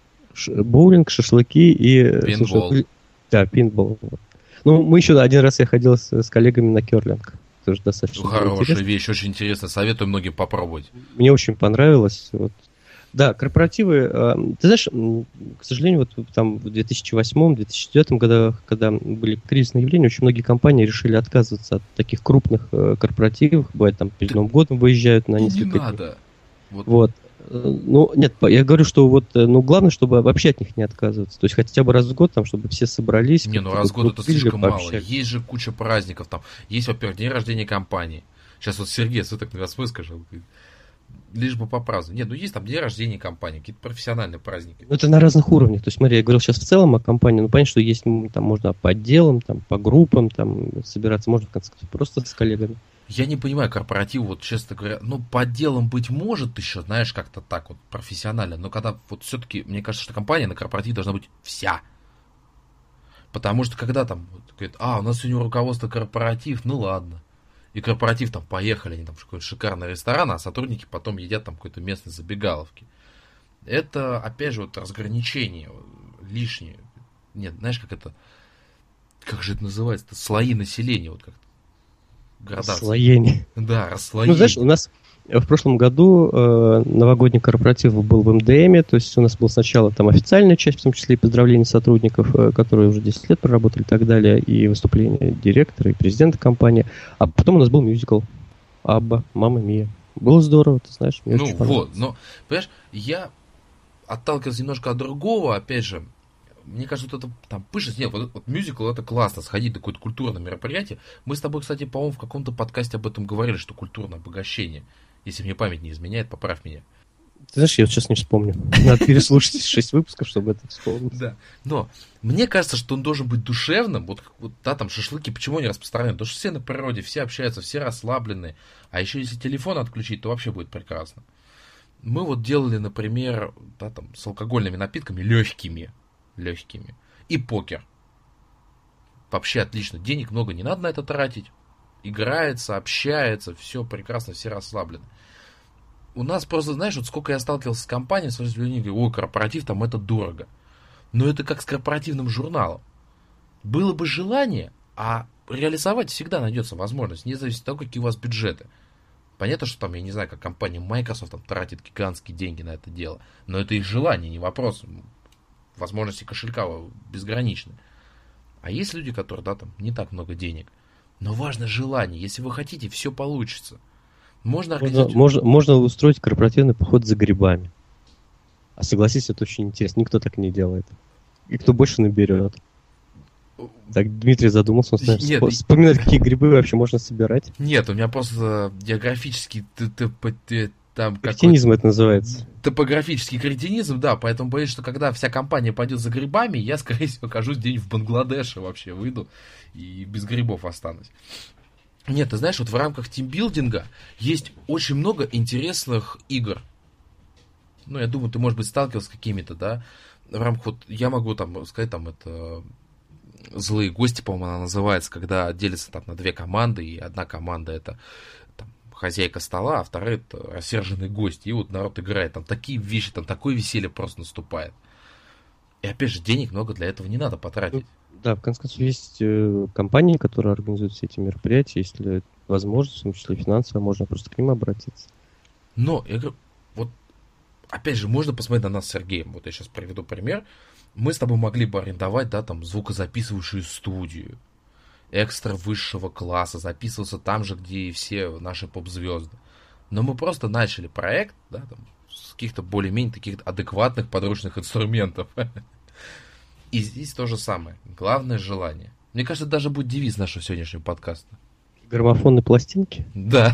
B: ш- боулинг, шашлыки и...
A: Пейнтбол.
B: слушай, да, пейнтбол. Вот. Ну, мы еще один раз я ходил с, с коллегами на керлинг. Тоже достаточно было
A: Хорошая
B: интересно.
A: вещь, очень интересно. Советую многим попробовать.
B: Мне очень понравилось. Вот. Да, корпоративы, э, ты знаешь, м, к сожалению, вот там в две тысячи восьмом - две тысячи девятом годах, когда были кризисные явления, очень многие компании решили отказываться от таких крупных э, корпоративов. Бывает, там перед Новым годом выезжают на
A: И не
B: несколько дней.
A: надо. Вот.
B: Вот. Э, Ну, нет, по- я говорю, что вот, э, ну, главное, чтобы вообще от них не отказываться. То есть хотя бы раз в год, там, чтобы все собрались.
A: Не, ну
B: как-то
A: раз в
B: вот
A: год это
B: выпили,
A: слишком мало.
B: пообщались.
A: Есть же куча праздников там. Есть, во-первых, день рождения компании. Сейчас вот Сергей Сыток на восьмой скажет, лишь бы попраздновать. Нет, ну есть там день рождения компании, какие-то профессиональные праздники.
B: Ну, это на разных уровнях. То есть, смотри, я говорил сейчас в целом о компании, ну, понятно, что есть, м, там, можно по отделам, там, по группам, там, собираться, можно, в конце концов, просто с коллегами.
A: Я не понимаю корпоратив, вот честно говоря, ну по отделам быть может еще, знаешь, как-то так вот профессионально, но когда вот все-таки, мне кажется, что компания на корпоратив должна быть вся. Потому что когда там вот, говорят, а, у нас сегодня у руководства корпоратив, ну ладно. И корпоратив там поехали, они там в какой-то шикарный ресторан, а сотрудники потом едят там какой-то местной забегаловки. Это, опять же, вот разграничение лишнее. Нет, знаешь, как это, как же это называется, слои населения, вот как Градация.
B: Расслоение.
A: Да, расслоение.
B: Ну, знаешь, у нас в прошлом году э, новогодний корпоратив был в эм дэ эме, то есть у нас был сначала там официальная часть, в том числе и поздравления сотрудников, э, которые уже десять лет проработали и так далее, и выступление директора и президента компании, а потом у нас был мюзикл «Абба», «Мамма Мия». Было здорово, ты знаешь, мне
A: ну
B: очень
A: вот, но, понимаешь, я отталкивался немножко от другого, опять же, мне кажется, вот это там пышность, нет, вот, вот мюзикл это классно, сходить на какое-то культурное мероприятие. Мы с тобой, кстати, по-моему, в каком-то подкасте об этом говорили, что культурное обогащение. Если мне память не изменяет, поправь меня.
B: Ты знаешь, я вот сейчас не вспомню. Надо переслушать шесть выпусков, чтобы это вспомнить.
A: Да. Но мне кажется, что он должен быть душевным. Вот, вот да, там шашлыки, почему не распространены? Потому что все на природе, все общаются, все расслабленные. А еще если телефон отключить, то вообще будет прекрасно. Мы вот делали, например, да, там, с алкогольными напитками легкими. Легкими. И покер. Вообще отлично. Денег много не надо на это тратить. Играется, общается, все прекрасно, все расслаблены. У нас просто, знаешь, вот сколько я сталкивался с компанией, с людьми, говорю, ой, корпоратив, там это дорого. Но это как с корпоративным журналом. Было бы желание, а реализовать всегда найдется возможность, не зависит от того, какие у вас бюджеты. Понятно, что там, я не знаю, как компания Microsoft там тратит гигантские деньги на это дело. Но это их желание, не вопрос. Возможности кошелька безграничны. А есть люди, которые, да, там, не так много денег. Но важно желание. Если вы хотите, все получится. Можно организовать...
B: Можно, можно устроить корпоративный поход за грибами. А согласись, это очень интересно. Никто так не делает. И кто больше наберет. Так, Дмитрий задумался, он знаешь,
A: Нет,
B: вспоминать, какие грибы вообще можно собирать.
A: Нет, у меня просто географический там
B: кретинизм это называется.
A: Топографический кретинизм, да, поэтому боюсь, что когда вся компания пойдет за грибами, я, скорее всего, окажусь где-нибудь в Бангладеше вообще, выйду и без грибов останусь. Нет, ты знаешь, вот в рамках тимбилдинга есть очень много интересных игр. Ну, я думаю, ты, может быть, сталкивался с какими-то, да, в рамках, вот, я могу там сказать, там, это... Злые гости, по-моему, она называется, когда делится там на две команды, и одна команда это там, хозяйка стола, а вторая это рассерженный гость. И вот народ играет, там такие вещи, там такое веселье просто наступает. И опять же, денег много для этого не надо потратить.
B: Ну, да, в конце концов, есть э, компании, которые организуют все эти мероприятия, если возможность, в том числе финансовая, можно просто к ним обратиться.
A: Но, я говорю, вот, опять же, можно посмотреть на нас с Сергеем. Вот я сейчас приведу пример. Мы с тобой могли бы арендовать, да, там, звукозаписывающую студию, экстра высшего класса, записываться там же, где и все наши поп-звезды. Но мы просто начали проект, да, там, с каких-то более-менее таких адекватных подручных инструментов. И здесь то же самое. Главное желание. Мне кажется, это даже будет девиз нашего сегодняшнего подкаста.
B: Граммофонные пластинки?
A: Да.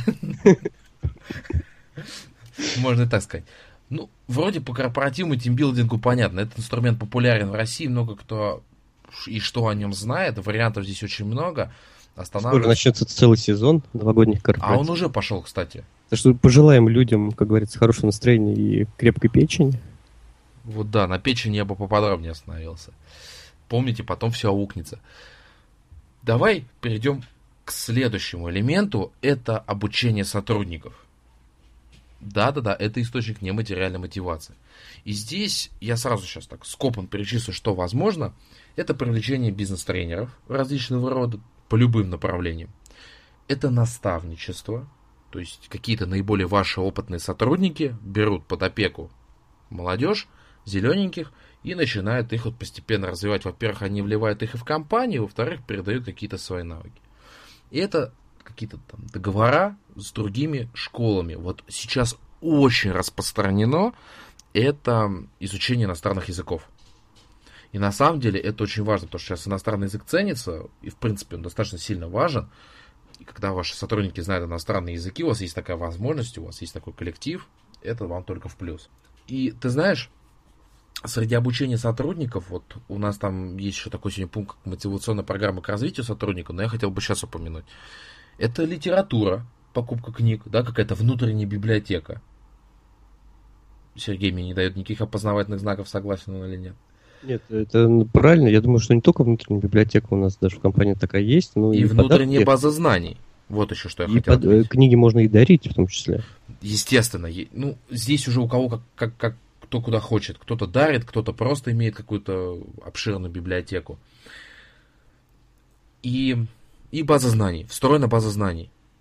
A: Можно и так сказать. Ну, вроде по корпоративному тимбилдингу понятно. Этот инструмент популярен в России, много кто и что о нем знает. Вариантов здесь очень много.
B: Скоро начнется целый сезон новогодних корпоративов.
A: А он уже пошел, кстати.
B: Так что пожелаем людям, как говорится, хорошего настроения и крепкой печени.
A: Вот да, на печени я бы поподробнее остановился. Помните, потом все аукнется. Давай перейдем к следующему элементу. Это обучение сотрудников. Да-да-да, это источник нематериальной мотивации. И здесь я сразу сейчас так скопом перечислю, что возможно. Это привлечение бизнес-тренеров различного рода по любым направлениям. Это наставничество. То есть какие-то наиболее ваши опытные сотрудники берут под опеку молодежь, зелененьких, и начинают их вот постепенно развивать. Во-первых, они вливают их и в компанию, во-вторых, передают какие-то свои навыки. И это какие-то там договора с другими школами. Вот сейчас очень распространено это изучение иностранных языков. И на самом деле это очень важно, потому что сейчас иностранный язык ценится, и в принципе он достаточно сильно важен. И когда ваши сотрудники знают иностранные языки, у вас есть такая возможность, у вас есть такой коллектив, это вам только в плюс. И ты знаешь, среди обучения сотрудников, вот у нас там есть еще такой сегодня пункт, как мотивационная программа к развитию сотрудника, но я хотел бы сейчас упомянуть. Это литература, покупка книг, да, какая-то внутренняя библиотека. Сергей мне не дает никаких опознавательных знаков, согласен он или нет.
B: Нет, это правильно. Я думаю, что не только внутренняя библиотека у нас даже в компании такая есть, но
A: и,
B: и
A: внутренняя
B: подарки.
A: База знаний. Вот еще что я
B: и
A: хотел
B: под...
A: отметить.
B: Книги можно и дарить в том числе.
A: Естественно. Ну, здесь уже у кого как, как, как кто куда хочет. Кто-то дарит, кто-то просто имеет какую-то обширную библиотеку. И, и база знаний. Встроена база знаний.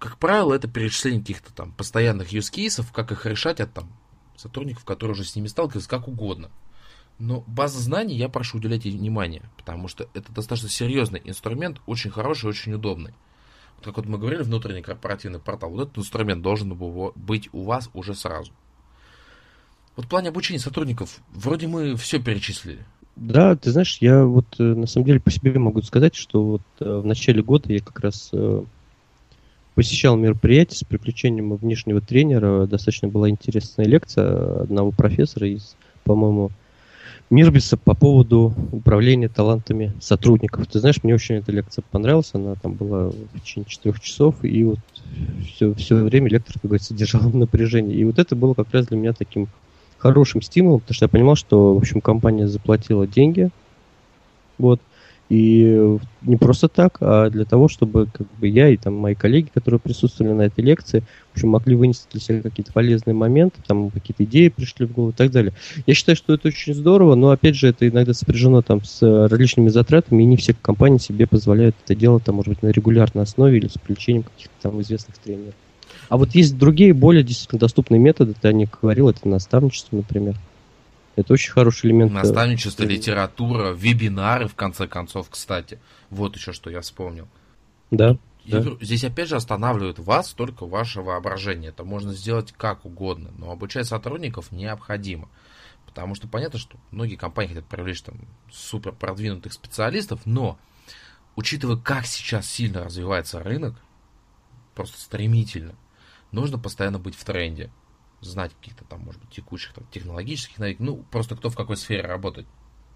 A: как правило, это перечисление каких-то там постоянных use cases, как их решать от там сотрудников, которые уже с ними сталкиваются, как угодно. Но база знаний я прошу уделять ей внимание, потому что это достаточно серьезный инструмент, очень хороший, очень удобный. Вот как вот мы говорили, внутренний корпоративный портал, вот этот инструмент должен был быть у вас уже сразу. Вот в плане обучения сотрудников, вроде мы все перечислили.
B: Да, ты знаешь, я вот э, на самом деле по себе могу сказать, что вот э, в начале года я как раз э, посещал мероприятие с привлечением внешнего тренера. Достаточно была интересная лекция одного профессора из, по-моему, Мирбиса по поводу управления талантами сотрудников. Ты знаешь, мне очень эта лекция понравилась, она там была в течение четырех часов, и вот все, все время лектор, как говорится, держал напряжение. И вот это было как раз для меня таким хорошим стимулом, потому что я понимал, что, в общем, компания заплатила деньги, вот, и не просто так, а для того, чтобы как бы я и там мои коллеги, которые присутствовали на этой лекции, в общем, могли вынести для себя какие-то полезные моменты, там какие-то идеи пришли в голову и так далее. Я считаю, что это очень здорово, но, опять же, это иногда сопряжено там с различными затратами, и не все компании себе позволяют это делать, там, может быть, на регулярной основе или с привлечением каких-то там известных тренеров. А вот есть другие, более действительно доступные методы, ты о них говорил, это наставничество, например. Это очень хороший элемент.
A: Наставничество, литература, вебинары, в конце концов, кстати. Вот еще что я вспомнил.
B: Да.
A: Я
B: да.
A: говорю, здесь опять же останавливает вас только ваше воображение. Это можно сделать как угодно, но обучать сотрудников необходимо. Потому что понятно, что многие компании хотят привлечь там супер продвинутых специалистов, но учитывая, как сейчас сильно развивается рынок, просто стремительно, нужно постоянно быть в тренде. Знать каких-то там, может быть, текущих там, технологических навыков, ну, просто кто в какой сфере работает.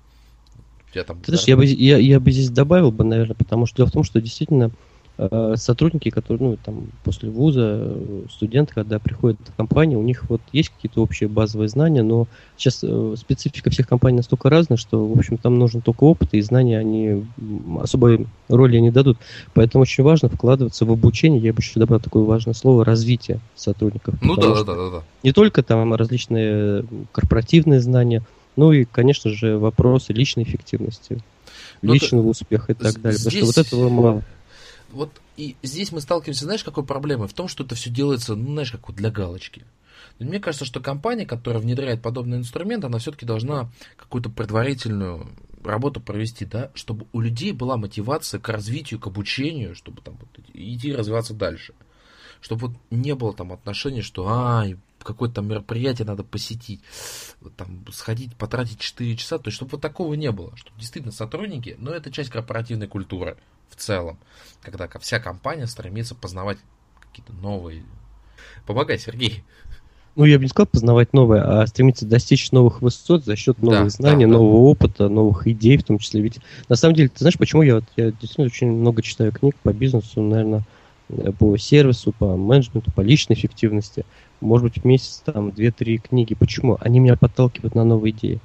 A: Я, там,
B: Ты знаешь, я бы, я, я бы здесь добавил бы, наверное, потому что дело в том, что действительно э, сотрудники, которые, ну, там, после вуза, студенты, когда приходят в компанию, у них вот есть какие-то общие базовые знания, но сейчас э, специфика всех компаний настолько разная, что, в общем, там нужен только опыт, и знания, они особой роли не дадут. Поэтому очень важно вкладываться в обучение, я бы еще добавил такое важное слово, развитие сотрудников.
A: Ну да, да, да, да, да.
B: Не только там различные корпоративные знания, ну и, конечно же, вопросы личной эффективности, но личного это... успеха и так далее. Здесь... Потому что вот этого мало.
A: Вот и здесь мы сталкиваемся, знаешь, какой проблемой? В том, что это все делается, ну, знаешь, как вот для галочки. Но мне кажется, что компания, которая внедряет подобный инструмент, она все-таки должна какую-то предварительную работу провести, да, чтобы у людей была мотивация к развитию, к обучению, чтобы там вот идти развиваться дальше. Чтобы вот не было там отношения, что ай, какое-то там мероприятие надо посетить, там, сходить, потратить четыре часа, то есть, чтобы вот такого не было, чтобы действительно сотрудники, но это часть корпоративной культуры в целом, когда вся компания стремится познавать какие-то новые... Помогай, Сергей.
B: Ну, я бы не сказал познавать новое, а стремиться достичь новых высот за счет новых да, знаний, да, нового да. опыта, новых идей в том числе. Ведь на самом деле, ты знаешь, почему я, вот, я действительно очень много читаю книг по бизнесу, наверное, по сервису, по менеджменту, по личной эффективности. Может быть, в месяц там две-три книги. Почему? Они меня подталкивают на новые идеи.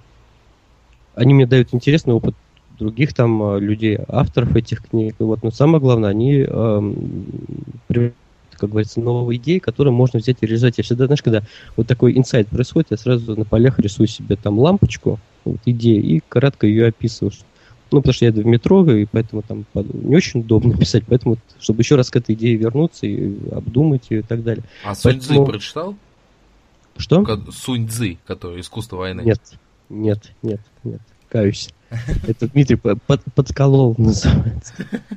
B: Они мне дают интересный опыт других там людей, авторов этих книг. Вот. Но самое главное, они эм, приводят, как говорится, новые идеи, которые можно взять и реализовать. Я всегда, знаешь, когда вот такой инсайт происходит, я сразу на полях рисую себе там лампочку, вот, идею, и кратко ее описываю. Ну, потому что я иду в метро, и поэтому там не очень удобно писать, поэтому, чтобы еще раз к этой идее вернуться и обдумать ее и так далее.
A: А Сунь Цзы поэтому... прочитал?
B: Что?
A: Сунь Цзы, который «Искусство войны».
B: Нет, нет, нет, нет, каюсь. Это Дмитрий подколол, называется.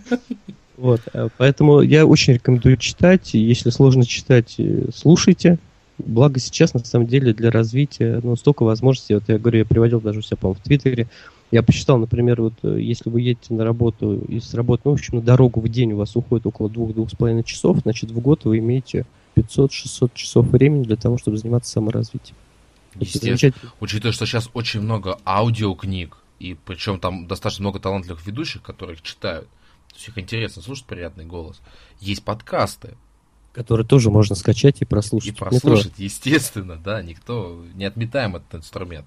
B: Вот, поэтому я очень рекомендую читать. Если сложно читать, слушайте. Благо сейчас, на самом деле, для развития, ну, столько возможностей. Вот я говорю, я приводил даже у себя, по-моему, в Твиттере. Я посчитал, например, вот если вы едете на работу и с работы, ну, в общем, на дорогу в день у вас уходит около двух-двух с половиной часов, значит, в год вы имеете пятьсот-шестьсот часов времени для того, чтобы заниматься саморазвитием.
A: Естественно, учитывая, что сейчас очень много аудиокниг, и причем там достаточно много талантливых ведущих, которые их читают. То есть их интересно слушать, приятный голос. Есть подкасты.
B: Которые тоже можно скачать и прослушать.
A: И прослушать, естественно, да, никто не отметаем этот инструмент.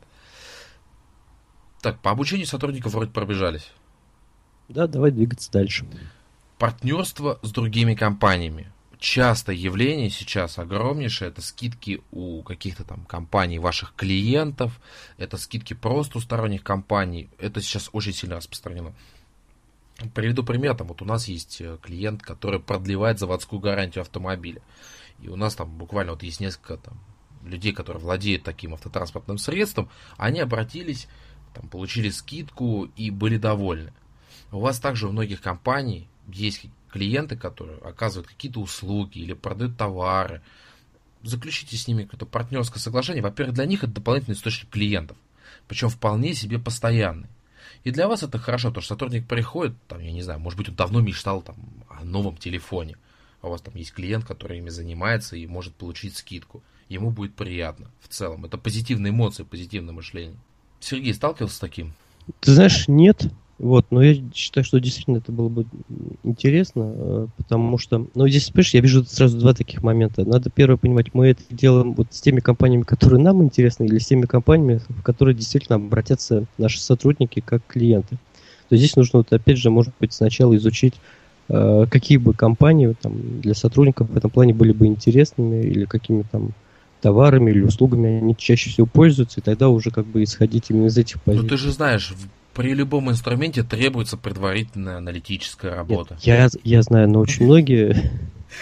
A: Так, по обучению сотрудников вроде пробежались.
B: Да, давай двигаться дальше.
A: Партнерство с другими компаниями. Частое явление сейчас огромнейшее. Это скидки у каких-то там компаний, ваших клиентов. Это скидки просто у сторонних компаний. Это сейчас очень сильно распространено. Приведу пример, там вот у нас есть клиент, который продлевает заводскую гарантию автомобиля. И у нас там буквально вот есть несколько там людей, которые владеют таким автотранспортным средством, они обратились, там, получили скидку и были довольны. У вас также у многих компаний есть клиенты, которые оказывают какие-то услуги или продают товары. Заключите с ними какое-то партнерское соглашение. Во-первых, для них это дополнительный источник клиентов, причем вполне себе постоянный. И для вас это хорошо, потому что сотрудник приходит, там, я не знаю, может быть, он давно мечтал там, о новом телефоне, а у вас там есть клиент, который ими занимается и может получить скидку. Ему будет приятно в целом. Это позитивные эмоции, позитивное мышление. Сергей, сталкивался с таким?
B: Ты знаешь, нет. Вот, но я считаю, что действительно это было бы интересно, потому что, ну, здесь, понимаешь, я вижу сразу два таких момента. Надо первое понимать, мы это делаем вот с теми компаниями, которые нам интересны, или с теми компаниями, в которые действительно обратятся наши сотрудники как клиенты. То есть здесь нужно, вот, опять же, может быть, сначала изучить, какие бы компании там, для сотрудников в этом плане были бы интересными, или какими там товарами или услугами они чаще всего пользуются, и тогда уже как бы исходить именно из этих позиций.
A: Ну ты же знаешь, при любом инструменте требуется предварительная аналитическая работа.
B: Нет, я, я знаю, но очень многие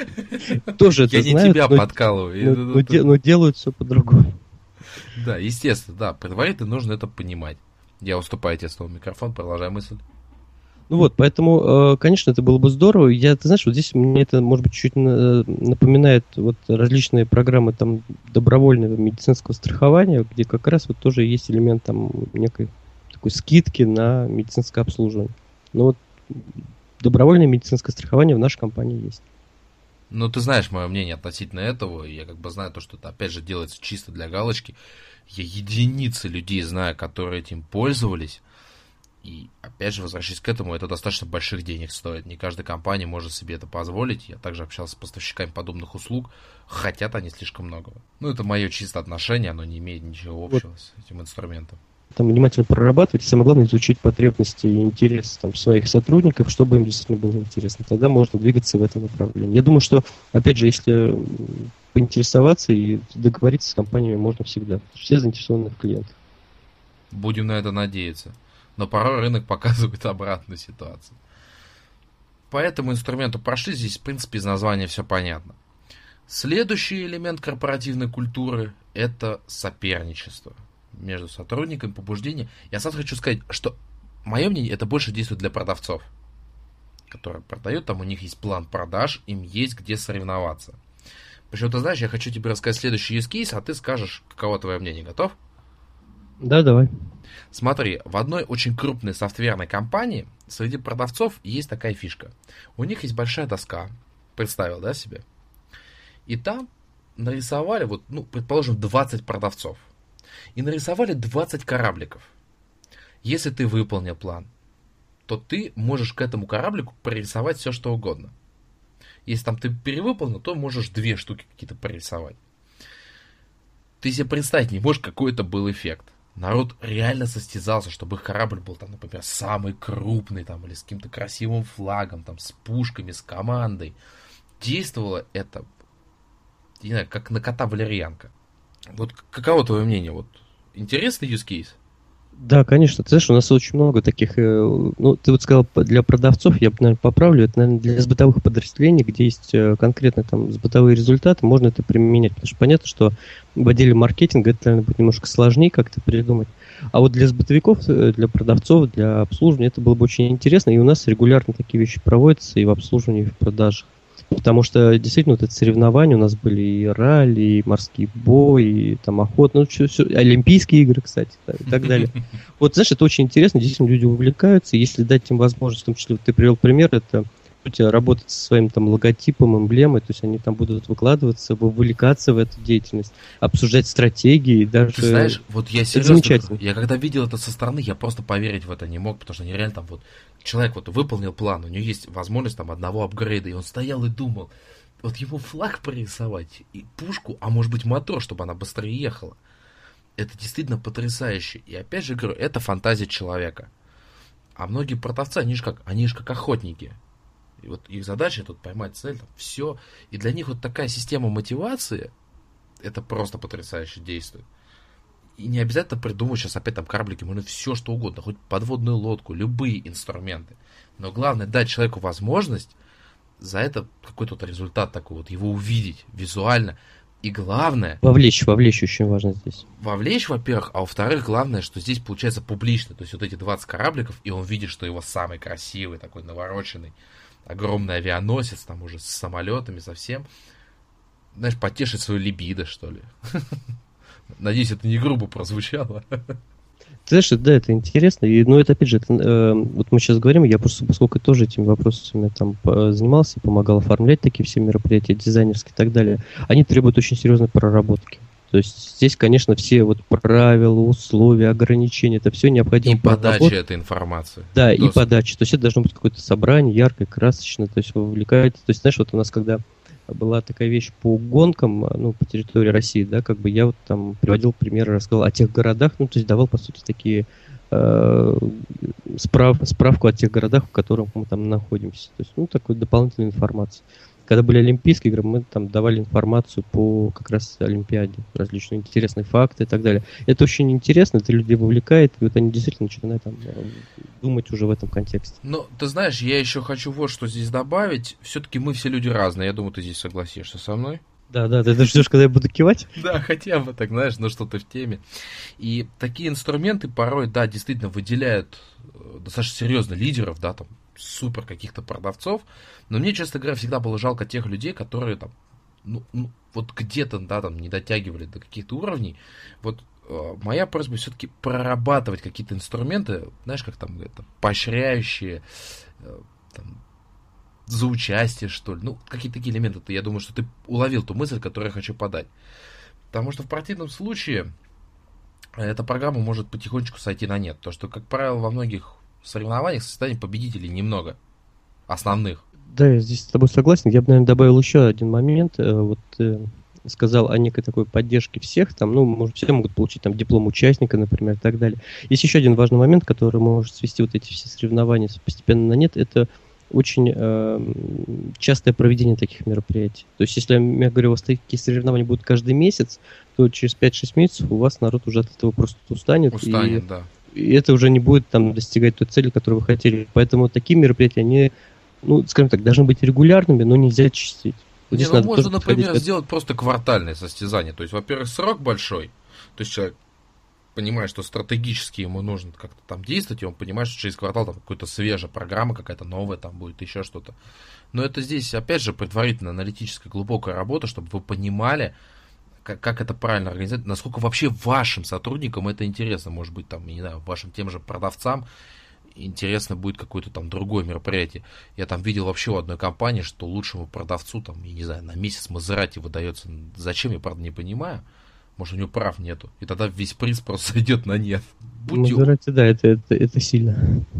B: тоже это знают.
A: Я не тебя подкалываю.
B: Но делают все по-другому.
A: Да, естественно, да, предварительно нужно это понимать. Я уступаю тебе снова микрофон, продолжай мысль.
B: Ну вот, поэтому, конечно, это было бы здорово. Я, ты знаешь, вот здесь мне это, может быть, чуть-чуть напоминает вот различные программы там добровольного медицинского страхования, где как раз вот тоже есть элемент там некой такой скидки на медицинское обслуживание. Но вот добровольное медицинское страхование в нашей компании есть.
A: Ну, ты знаешь мое мнение относительно этого. Я как бы знаю то, что это опять же делается чисто для галочки. Я единицы людей знаю, которые этим пользовались. И опять же, возвращаясь к этому, это достаточно больших денег стоит. Не каждая компания может себе это позволить. Я также общался с поставщиками подобных услуг. Хотят они слишком многого. Ну, это мое чисто отношение, оно не имеет ничего общего вот с этим инструментом.
B: Там внимательно прорабатывать, самое главное изучить потребности и интересы там, своих сотрудников, чтобы им действительно было интересно. Тогда можно двигаться в этом направлении. Я думаю, что, опять же, если поинтересоваться и договориться с компаниями можно всегда. Все заинтересованы в клиентах.
A: Будем на это надеяться. Но порой рынок показывает обратную ситуацию. По этому инструменту прошли, здесь, в принципе, из названия все понятно. Следующий элемент корпоративной культуры – это соперничество между сотрудниками, побуждение. Я сразу хочу сказать, что, мое мнение, это больше действует для продавцов, которые продают, там у них есть план продаж, им есть где соревноваться. Причем, ты знаешь, я хочу тебе рассказать следующий use case, а ты скажешь, каково твое мнение. Готов?
B: Да, давай.
A: Смотри, в одной очень крупной софтверной компании среди продавцов есть такая фишка. У них есть большая доска, представил, да, себе? И там нарисовали, вот, ну, предположим, двадцать продавцов. И нарисовали двадцать корабликов. Если ты выполнил план, то ты можешь к этому кораблику прорисовать все, что угодно. Если там ты перевыполнил, то можешь две штуки какие-то прорисовать. Ты себе представить не можешь, какой это был эффект. Народ реально состязался, чтобы их корабль был, там, например, самый крупный, там, или с каким-то красивым флагом, там, с пушками, с командой. Действовало это, не знаю, как на кота валерьянка. Вот каково твое мнение? Вот интересный use case?
B: Да, конечно. Ты знаешь, у нас очень много таких, ну, ты вот сказал, для продавцов, я, наверное, поправлю, это, наверное, для сбытовых подразделений, где есть конкретно там сбытовые результаты, можно это применять, потому что понятно, что в отделе маркетинга это, наверное, будет немножко сложнее как-то придумать. А вот для сбытовиков, для продавцов, для обслуживания это было бы очень интересно, и у нас регулярно такие вещи проводятся и в обслуживании, и в продажах. Потому что действительно вот это соревнования у нас были и ралли, и морские бои, и там охота, ну все, все, олимпийские игры, кстати, да, и так далее. Вот, знаешь, это очень интересно, действительно люди увлекаются, и если дать им возможность, в том числе, вот ты привел пример, это работать со своим там логотипом, эмблемой, то есть они там будут выкладываться, вовлекаться в эту деятельность, обсуждать стратегии, даже...
A: Ты знаешь, вот я серьезно, я когда видел это со стороны, я просто поверить в это не мог, потому что они реально там вот, человек вот выполнил план, у него есть возможность там одного апгрейда, и он стоял и думал, вот ему флаг порисовать, и пушку, а может быть мотор, чтобы она быстрее ехала. Это действительно потрясающе. И опять же говорю, это фантазия человека. А многие продавцы, они же как, они же как охотники. И вот их задача тут поймать цель, там, все. И для них вот такая система мотивации, это просто потрясающе действует. И не обязательно придумывать сейчас опять там кораблики, можно все что угодно, хоть подводную лодку, любые инструменты. Но главное дать человеку возможность за это какой-то вот результат такой вот, его увидеть визуально. И главное...
B: Вовлечь, вовлечь очень важно здесь.
A: Вовлечь, во-первых, а во-вторых, главное, что здесь получается публично. То есть вот эти двадцать корабликов, и он видит, что его самый красивый, такой навороченный, огромный авианосец, там уже с самолетами, совсем. Знаешь, потешить свою либидо, что ли. Надеюсь, это не грубо прозвучало.
B: Ты знаешь, да, это интересно. И, ну, это опять же, это, э, вот мы сейчас говорим, я просто, поскольку тоже этими вопросами там занимался, помогал оформлять такие все мероприятия, дизайнерские и так далее, они требуют очень серьезной проработки. То есть здесь, конечно, все вот правила, условия, ограничения, это все необходимо.
A: И подача этой информации.
B: Да, доступ. И подача. То есть это должно быть какое-то собрание, яркое, красочное, то есть вовлекает. То есть, знаешь, вот у нас когда была такая вещь по гонкам, ну, по территории России, да, как бы я вот там приводил примеры, рассказал о тех городах, ну, то есть давал, по сути, такие э, справ, справку о тех городах, в которых мы там находимся. То есть, ну, такой дополнительной информации. Когда были Олимпийские игры, мы там давали информацию по как раз Олимпиаде, различные интересные факты и так далее. Это очень интересно, это людей вовлекает, и вот они действительно начинают там думать уже в этом контексте.
A: Ну, ты знаешь, я еще хочу вот что здесь добавить. Все-таки мы все люди разные, я думаю, ты здесь согласишься со мной.
B: Да, да, ты ждешь, когда я буду кивать?
A: Да, хотя бы так, знаешь, ну что-то в теме. И такие инструменты порой, да, действительно выделяют достаточно серьезно лидеров, да, там, супер каких-то продавцов, но мне, честно говоря, всегда было жалко тех людей, которые там, ну, ну вот где-то, да, там, не дотягивали до каких-то уровней. Вот э, моя просьба все-таки прорабатывать какие-то инструменты, знаешь, как там, это, поощряющие, э, там, за участие, что ли, ну, какие-то такие элементы, я думаю, что ты уловил ту мысль, которую я хочу подать. Потому что в противном случае эта программа может потихонечку сойти на нет, то что, как правило, во многих в соревнованиях состязаний победителей немного, основных.
B: Да, я здесь с тобой согласен. Я бы, наверное, добавил еще один момент. Вот э, сказал о некой такой поддержке всех. Там, ну, может, все могут получить там диплом участника, например, и так далее. Есть еще один важный момент, который может свести вот эти все соревнования постепенно на нет. Это очень э, частое проведение таких мероприятий. То есть, если я говорю, у вас такие соревнования будут каждый месяц, то через пять-шесть месяцев у вас народ уже от этого просто устанет.
A: Устанет,
B: и...
A: да.
B: И это уже не будет там достигать той цели, которую вы хотели. Поэтому такие мероприятия, они, ну, скажем так, должны быть регулярными, но нельзя чистить.
A: Не, ну, можно, например, сделать просто квартальное состязание. То есть, во-первых, срок большой. То есть, человек понимает, что стратегически ему нужно как-то там действовать, и он понимает, что через квартал там какая-то свежая программа, какая-то новая там будет, еще что-то. Но это здесь, опять же, предварительно аналитическая глубокая работа, чтобы вы понимали, Как, как это правильно организовать, насколько вообще вашим сотрудникам это интересно, может быть, там, я не знаю, вашим тем же продавцам интересно будет какое-то там другое мероприятие. Я там видел вообще у одной компании, что лучшему продавцу, там, я не знаю, на месяц Мазерати выдается, зачем, я, правда, не понимаю, может, у него прав нету, и тогда весь приз просто сойдет на нет.
B: Будьте... Мазерати, да, это, это, это сильно.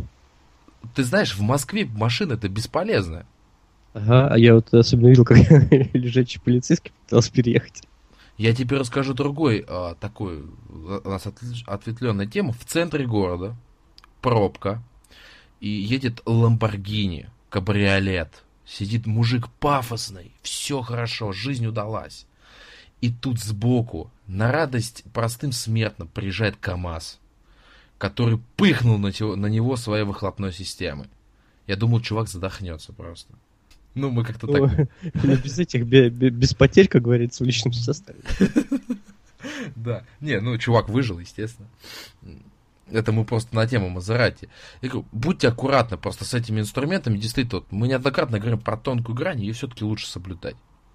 A: Ты знаешь, в Москве машина это бесполезная.
B: Ага, а я вот особенно видел, как лежачий полицейский пытался переехать.
A: Я тебе расскажу другой, а, такой, у нас ответвленная тема. В центре города пробка, и едет Ламборгини, кабриолет. Сидит мужик пафосный, все хорошо, жизнь удалась. И тут сбоку, на радость простым смертным, приезжает КамАЗ, который пыхнул на него, на него своей выхлопной системой. Я думал, чувак задохнется просто. Ну, мы как-то
B: ну,
A: так...
B: Без этих, без потерь, как говорится, в личном составе.
A: Да. Не, ну, чувак выжил, естественно. Это мы просто на тему Мазерати. Я говорю, будьте аккуратны просто с этими инструментами. Действительно, мы неоднократно говорим про тонкую грань, ее все-таки лучше соблюдать.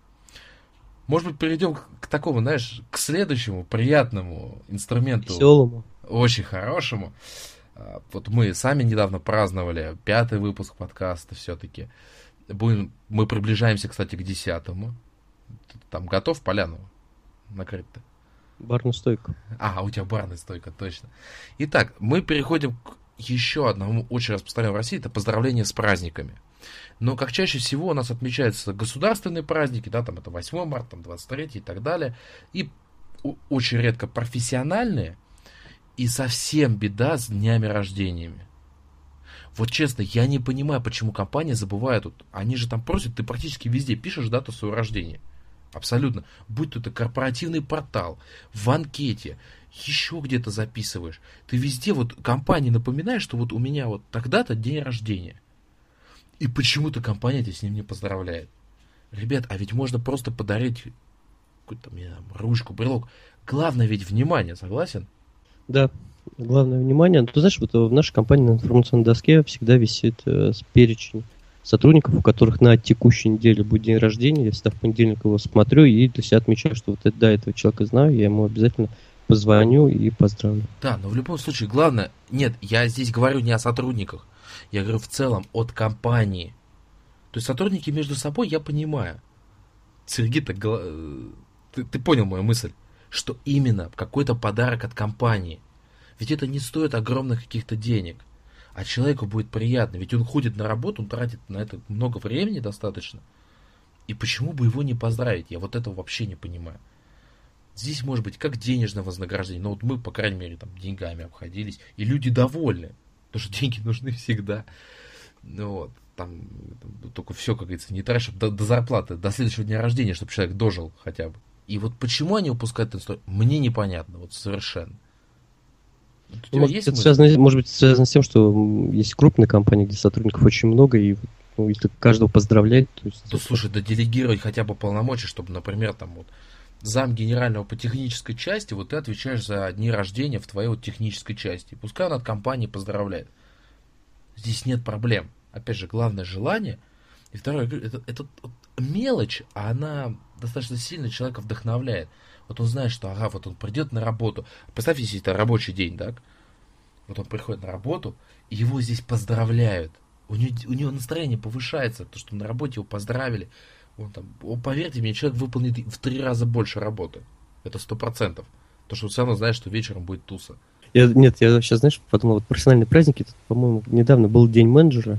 A: Может быть, перейдем к такому, знаешь, к следующему приятному инструменту.
B: Веселому.
A: Очень хорошему. Вот мы сами недавно праздновали пятый выпуск подкаста все-таки. Будем, мы приближаемся, кстати, к десятому. Ты там готов поляну накрыть-то?
B: Барную стойку.
A: А, у тебя барная стойка, точно. Итак, мы переходим к еще одному очень распространенному в России, это поздравления с праздниками. Но, как чаще всего, у нас отмечаются государственные праздники, да, там это восьмое марта, там двадцать третье и так далее. И очень редко профессиональные, и совсем беда с днями рождениями. Вот честно, я не понимаю, почему компания забывает. Вот, они же там просят, ты практически везде пишешь дату своего рождения. Абсолютно. Будь то это корпоративный портал, в анкете, еще где-то записываешь. Ты везде, вот компании напоминаешь, что вот у меня вот тогда-то день рождения. И почему-то компания тебя с ним не поздравляет. Ребят, а ведь можно просто подарить какую-то там, не знаю, ручку, брелок. Главное ведь внимание, согласен?
B: Да, главное внимание. Ты знаешь, вот в нашей компании на информационной доске всегда висит э, перечень сотрудников, у которых на текущей неделе будет день рождения. Я всегда в понедельник его смотрю и для себя отмечаю, что вот это, да, этого человека знаю, я ему обязательно позвоню и поздравлю.
A: Да, но в любом случае, главное, нет, я здесь говорю не о сотрудниках, я говорю в целом от компании. То есть сотрудники между собой, я понимаю. Сергей, так, ты, ты понял мою мысль, что именно какой-то подарок от компании. Ведь это не стоит огромных каких-то денег. А человеку будет приятно, ведь он ходит на работу, он тратит на это много времени достаточно. И почему бы его не поздравить? Я вот этого вообще не понимаю. Здесь может быть как денежное вознаграждение, но вот мы, по крайней мере, там деньгами обходились, и люди довольны, потому что деньги нужны всегда. Ну вот, там, там только все, как говорится, не тратишь до, до зарплаты, до следующего дня рождения, чтобы человек дожил хотя бы. И вот почему они упускают этот инструмент, мне непонятно, вот совершенно.
B: Ну, может, это связано, может быть, связано с тем, что есть крупные компании, где сотрудников очень много, и ну, если каждого поздравлять, то есть...
A: То, слушай, да делегировать хотя бы полномочия, чтобы, например, там вот зам генерального по технической части, вот ты отвечаешь за дни рождения в твоей вот технической части. Пускай он от компании поздравляет. Здесь нет проблем. Опять же, главное желание. И второе, это, это мелочь, а она достаточно сильно человека вдохновляет. Вот он знает, что ага, вот он придет на работу. Представьте себе, это рабочий день, так? Вот он приходит на работу, и его здесь поздравляют. У него, у него настроение повышается, потому что на работе его поздравили. Он там, он, поверьте мне, человек выполнит в три раза больше работы. Это сто процентов. Потому что он все равно знает, что вечером будет туса.
B: Я, нет, я сейчас, знаешь, подумал, вот профессиональные праздники, тут, по-моему, недавно был день менеджера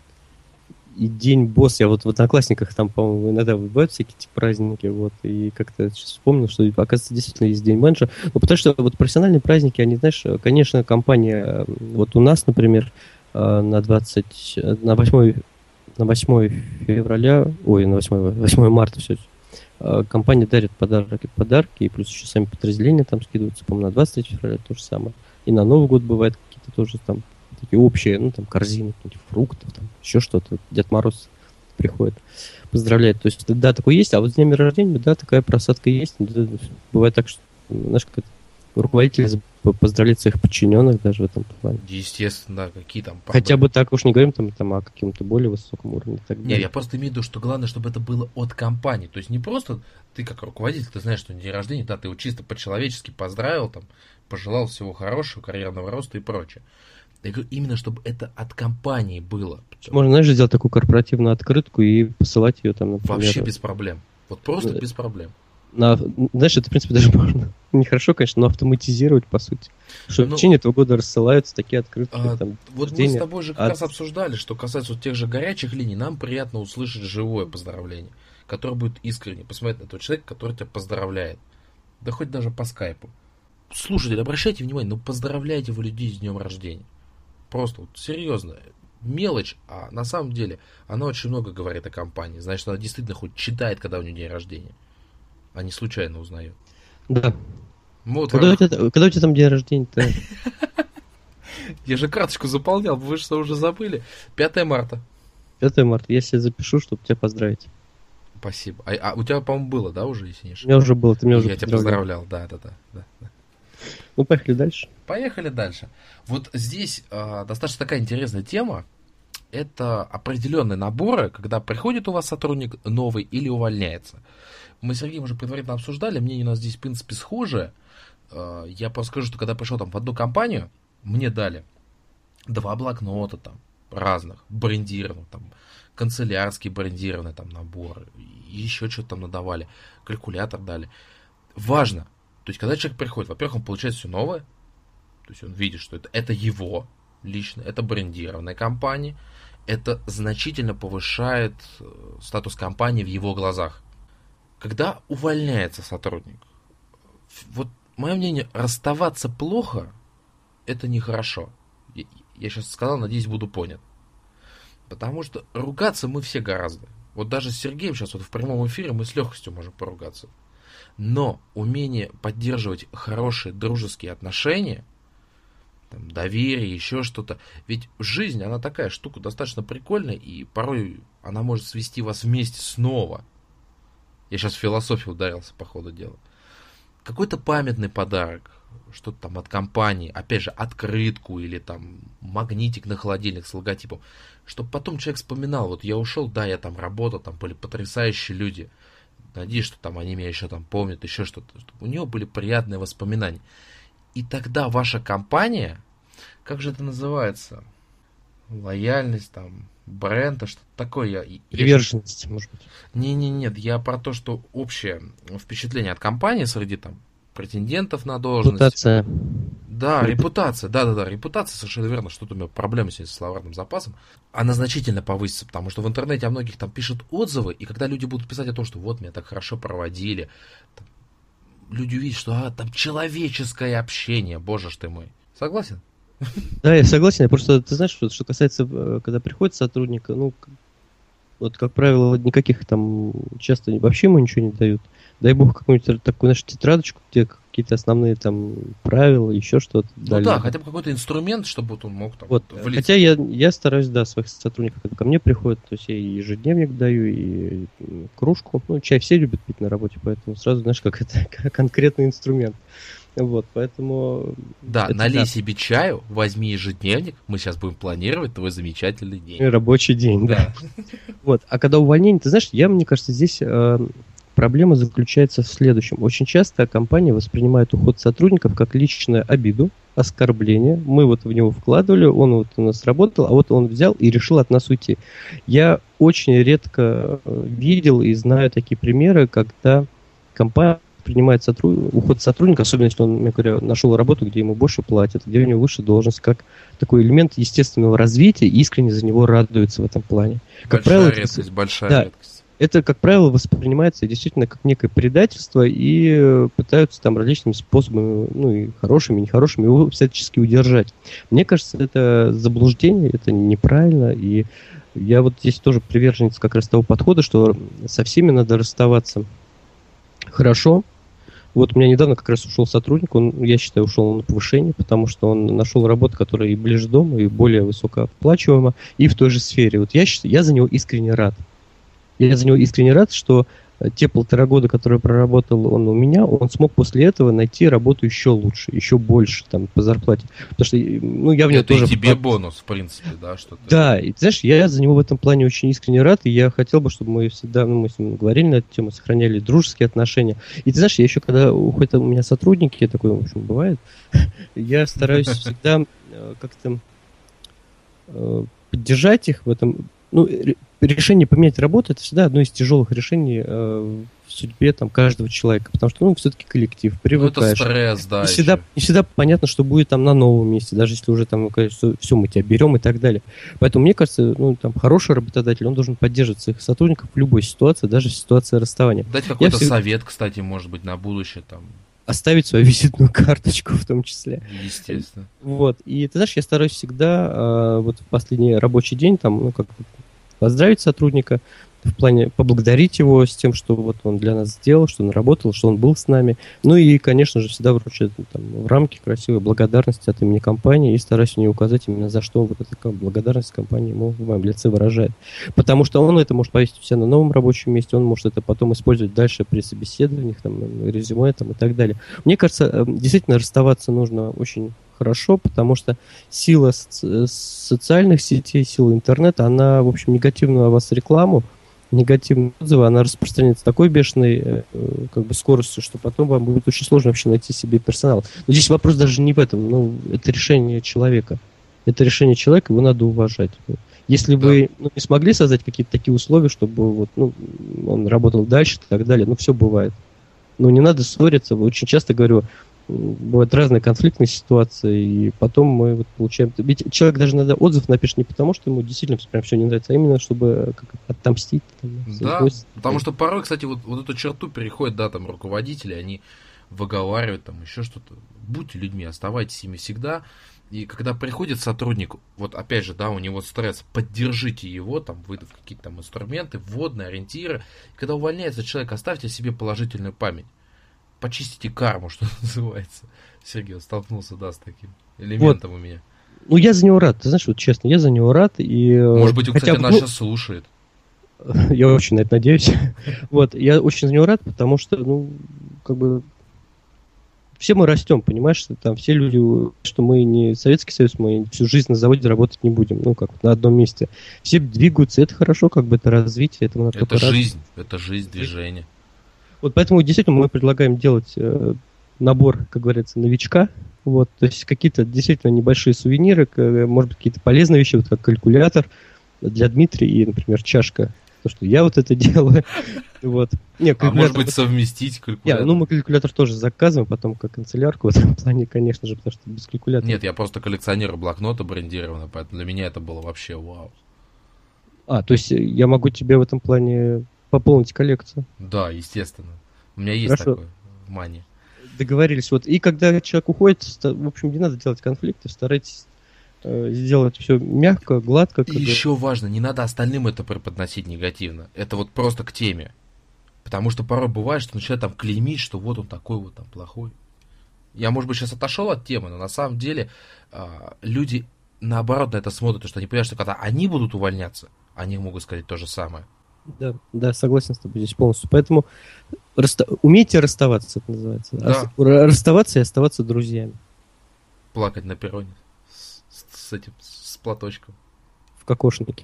B: и день босса. Я вот в Одноклассниках там, по-моему, иногда бывают всякие эти праздники, вот, и как-то сейчас вспомнил, что, оказывается, действительно есть день менеджера. Ну, потому что вот профессиональные праздники, они, знаешь, конечно, компания, вот у нас, например, на двадцать, на восьмое на восьмое февраля, ой, на восьмое марта все, компания дарит подарки, подарки, и плюс еще сами подразделения там скидываются, по-моему, на двадцать третьего февраля то же самое. И на Новый год бывает какие-то тоже там такие общие, ну, там, корзины, фруктов, там, еще что-то. Дед Мороз приходит, поздравляет. То есть, да, такое есть, а вот с днями рождения, да, такая просадка есть. Бывает так, что, знаешь, как руководитель поздравляет своих подчиненных даже в этом плане.
A: Естественно, какие там...
B: Хотя бы так уж не говорим там, там о каком-то более высоком уровне. Так
A: не, я просто имею в виду, что главное, чтобы это было от компании. То есть не просто ты как руководитель, ты знаешь, что день рождения, да, ты его чисто по-человечески поздравил, там, пожелал всего хорошего, карьерного роста и прочее. Я говорю, именно чтобы это от компании было.
B: Можно, знаешь, сделать такую корпоративную открытку и посылать ее там, например...
A: Вообще без проблем. Вот просто да. без проблем.
B: На, знаешь, это, в принципе, даже можно, нехорошо, конечно, но автоматизировать, по сути. Что ну, в течение этого года рассылаются такие открытки.
A: А,
B: там,
A: вот мы с тобой же как от... раз обсуждали, что касается вот тех же горячих линий, нам приятно услышать живое поздравление, которое будет искренне. Посмотреть на того человека, который тебя поздравляет. Да хоть даже по скайпу. Слушатели, обращайте внимание, ну поздравляйте вы людей с днем рождения. Просто вот серьезно. Мелочь, а на самом деле она очень много говорит о компании. Значит, она действительно хоть читает, когда у нее день рождения. А не случайно узнает.
B: Да.
A: Вот
B: когда, у тебя, когда у тебя там день рождения-то?
A: Я же карточку заполнял, вы что, уже забыли? пятое марта.
B: пятое марта. Я себе запишу, чтобы тебя поздравить.
A: Спасибо. А, а у тебя, по-моему, было, да, уже, если не ошибаюсь?
B: У меня уже было, ты меня уже
A: Я тебя поздравлял, да, да, да, да, да.
B: Ну, поехали дальше.
A: Поехали дальше. Вот здесь э, достаточно такая интересная тема. Это определенные наборы, когда приходит у вас сотрудник новый или увольняется. Мы с Сергеем уже предварительно обсуждали, мнение у нас здесь, в принципе, схожее. Э, я просто скажу, что когда пришел там в одну компанию, мне дали два блокнота там разных, брендированных, там, канцелярский брендированный там набор, еще что-то там надавали, калькулятор дали. Важно. То есть, когда человек приходит, во-первых, он получает все новое, то есть он видит, что это, это его лично, это брендированная компания, это значительно повышает статус компании в его глазах. Когда увольняется сотрудник, вот мое мнение, расставаться плохо, это нехорошо. Я, я сейчас сказал, надеюсь, буду понят. Потому что ругаться мы все гораздо. Вот даже с Сергеем сейчас вот в прямом эфире мы с легкостью можем поругаться. Но умение поддерживать хорошие дружеские отношения, там, доверие, еще что-то. Ведь жизнь, она такая штука достаточно прикольная, и порой она может свести вас вместе снова. Я сейчас в философию ударился, по ходу дела. Какой-то памятный подарок, что-то там от компании, опять же, открытку или там магнитик на холодильник с логотипом, чтобы потом человек вспоминал, вот я ушел, да, я там работал, там были потрясающие люди, надеюсь, что там они меня еще там помнят, еще что-то, чтобы у него были приятные воспоминания. И тогда ваша компания, как же это называется, лояльность, там, бренд, а что-то такое. Я,
B: Приверженность,
A: я...
B: может быть.
A: Не-не-нет, я про то, что общее впечатление от компании среди там претендентов на должность.
B: Репутация.
A: Да, репутация, да-да-да, репутация, совершенно верно, что-то у меня проблемы сегодня с словарным запасом. Она значительно повысится, потому что в интернете о многих там пишут отзывы, и когда люди будут писать о том, что вот меня так хорошо проводили, там, люди увидят, что а, там человеческое общение, боже ж ты мой. Согласен?
B: Да, я согласен. Я просто, ты знаешь, что, что касается, когда приходит сотрудник, ну, вот, как правило, никаких там часто вообще ему ничего не дают. Дай бог какую-нибудь такую, знаешь, тетрадочку, где какие-то основные там правила, еще что-то.
A: Ну
B: дали.
A: да, хотя бы какой-то инструмент, чтобы вот он мог там
B: вот.
A: влиться.
B: Хотя я, я стараюсь, да, своих сотрудников, когда ко мне приходят, то есть я и ежедневник даю, и кружку. Ну, чай все любят пить на работе, поэтому сразу, знаешь, как это конкретный инструмент. Вот, поэтому...
A: Да,
B: это,
A: налей
B: да.
A: себе чаю, возьми ежедневник, мы сейчас будем планировать твой замечательный день.
B: Рабочий день, да.
A: Да.
B: Вот, а когда увольнение, ты знаешь, я, мне кажется, здесь э, проблема заключается в следующем. Очень часто компания воспринимает уход сотрудников как личную обиду, оскорбление. Мы вот в него вкладывали, он вот у нас работал, а вот он взял и решил от нас уйти. Я очень редко видел и знаю такие примеры, когда компания принимает сотруд... уход сотрудника, особенно если он, я говорю, нашел работу, где ему больше платят, где у него выше должность, как такой элемент естественного развития, и искренне за него радуется в этом плане. Как
A: большая
B: правило,
A: редкость,
B: это...
A: большая
B: да,
A: редкость.
B: Это, как правило, воспринимается действительно как некое предательство, и пытаются там различными способами, ну и хорошими, и нехорошими, его всячески удержать. Мне кажется, это заблуждение, это неправильно, и я вот здесь тоже приверженец как раз того подхода, что со всеми надо расставаться хорошо. Вот у меня недавно как раз ушел сотрудник, он, я считаю, ушел на повышение, потому что он нашел работу, которая и ближе дома, и более высокооплачиваема, и в той же сфере. Вот я, считаю, я за него искренне рад. Я за него искренне рад, что те полтора года, которые проработал он у меня, он смог после этого найти работу еще лучше, еще больше там по зарплате. Потому что, ну, я в него
A: это
B: тоже...
A: и тебе бонус, в принципе, да? Что-то...
B: Да, и знаешь, я за него в этом плане очень искренне рад, и я хотел бы, чтобы мы всегда, ну, мы с ним говорили на эту тему, сохраняли дружеские отношения. И ты знаешь, я еще, когда уходят у меня сотрудники, такое, в общем, бывает, я стараюсь всегда как-то поддержать их в этом. Ну, решение поменять работу — это всегда одно из тяжелых решений э, в судьбе там, каждого человека, потому что, ну, все-таки коллектив, привыкаешь.
A: Ну, это стресс, да.
B: Не всегда, не всегда понятно, что будет там на новом месте, даже если уже там, конечно, все, мы тебя берем и так далее. Поэтому, мне кажется, ну, там, хороший работодатель, он должен поддерживать своих сотрудников в любой ситуации, даже в ситуации расставания.
A: Дать какой-то
B: всегда...
A: совет, кстати, может быть, на будущее там.
B: Оставить свою визитную карточку в том числе.
A: Естественно.
B: Вот. И ты знаешь, я стараюсь всегда э, вот в последний рабочий день там, ну, как поздравить сотрудника, в плане поблагодарить его с тем, что вот он для нас сделал, что он работал, что он был с нами. Ну и, конечно же, всегда вручать там, в рамки красивой благодарности от имени компании и стараюсь не указать именно за что вот эта благодарность компании ему в моем лице выражает. Потому что он это может повесить у себя на новом рабочем месте, он может это потом использовать дальше при собеседованиях, там, резюме там, и так далее. Мне кажется, действительно расставаться нужно очень хорошо, потому что сила соци- социальных сетей, сила интернета, она, в общем, негативную о вас рекламу, негативные отзывы, она распространяется такой бешеной э, как бы скоростью, что потом вам будет очень сложно вообще найти себе персонал. Но здесь вопрос даже не в этом, ну, это решение человека. Это решение человека, его надо уважать. Если да. вы ну, не смогли создать какие-то такие условия, чтобы вот, ну, он работал дальше и так далее, ну, все бывает. Но не надо ссориться. Очень часто говорю, бывают разные конфликтные ситуации, и потом мы вот получаем... Ведь человек даже иногда отзыв напишет не потому, что ему действительно прям все не нравится, а именно, чтобы как, отомстить. Там,
A: да, потому что порой, кстати, вот, вот эту черту переходят, да, там, руководители, они выговаривают там еще что-то. Будьте людьми, оставайтесь ими всегда. И когда приходит сотрудник, вот опять же, да, у него стресс, поддержите его, там, выдав какие-то там инструменты, вводные, ориентиры. И когда увольняется человек, оставьте себе положительную память. почистите карму, что называется. Сергей столкнулся, да, с таким элементом вот. У меня.
B: Ну, я за него рад, ты знаешь, вот честно, я за него рад. И,
A: может быть, он, хотя кстати, бы, нас ну, сейчас слушает.
B: Я очень на это надеюсь. Вот, я очень за него рад, потому что, ну, как бы, все мы растем, понимаешь, что там все люди, что мы не Советский Союз, мы всю жизнь на заводе работать не будем, ну, как на одном месте. Все двигаются, это хорошо, как бы, это развитие, это надо
A: Это жизнь, рад. Это жизнь, движение.
B: Вот поэтому, действительно, мы предлагаем делать э, набор, как говорится, новичка, вот, то есть какие-то действительно небольшие сувениры, может быть, какие-то полезные вещи, вот как калькулятор для Дмитрия и, например, чашка. То, что я вот это делаю. Вот.
A: Не, а может быть совместить калькулятор?
B: Я, ну, мы калькулятор тоже заказываем, потом как канцелярку в этом плане, конечно же, потому что без калькулятора.
A: Нет, я просто коллекционирую блокноты брендированные, поэтому для меня это было вообще вау.
B: А, то есть я могу тебе в этом плане пополнить коллекцию?
A: Да, естественно. У меня есть Хорошо. Такое мания.
B: Договорились. Вот. И когда человек уходит, в общем, не надо делать конфликты, старайтесь сделать все мягко, гладко.
A: И еще важно, не надо остальным это преподносить негативно. Это вот просто к теме. Потому что порой бывает, что начинают там клеймить, что вот он такой вот там плохой. Я, может быть, сейчас отошел от темы, но на самом деле а, люди наоборот на это смотрят, потому что они понимают, что когда они будут увольняться, они могут сказать то же самое.
B: Да, да, согласен с тобой здесь полностью. Поэтому раста... умейте расставаться, это называется.
A: Да.
B: Расставаться и оставаться друзьями.
A: Плакать на перроне. С этим, с платочком.
B: В кокошнике.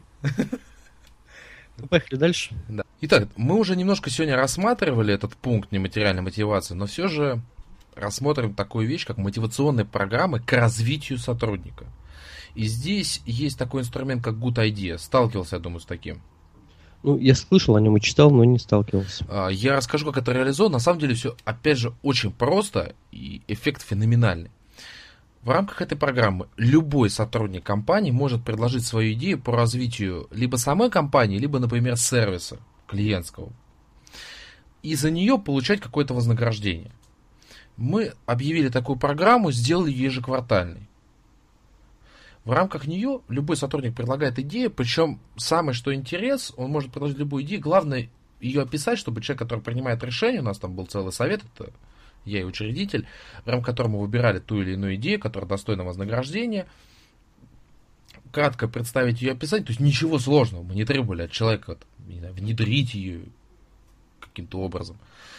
B: Ну, поехали дальше.
A: Да. Итак, мы уже немножко сегодня рассматривали этот пункт нематериальной мотивации, но все же рассмотрим такую вещь, как мотивационные программы к развитию сотрудника. И здесь есть такой инструмент, как Good Idea. Сталкивался, я думаю, с таким.
B: Ну, я слышал о нем и читал, но не сталкивался.
A: Я расскажу, как это реализовано. На самом деле все, опять же, очень просто и эффект феноменальный. В рамках этой программы любой сотрудник компании может предложить свою идею по развитию либо самой компании, либо, например, сервиса клиентского. И за нее получать какое-то вознаграждение. Мы объявили такую программу, сделали ее ежеквартальной. В рамках нее любой сотрудник предлагает идею, причем самое что интерес, он может предложить любую идею, главное ее описать, чтобы человек, который принимает решение, у нас там был целый совет, это я и учредитель, в рамках которого мы выбирали ту или иную идею, которая достойна вознаграждения, кратко представить ее, описать, то есть ничего сложного, мы не требовали от человека не знаю, внедрить ее каким-то образом.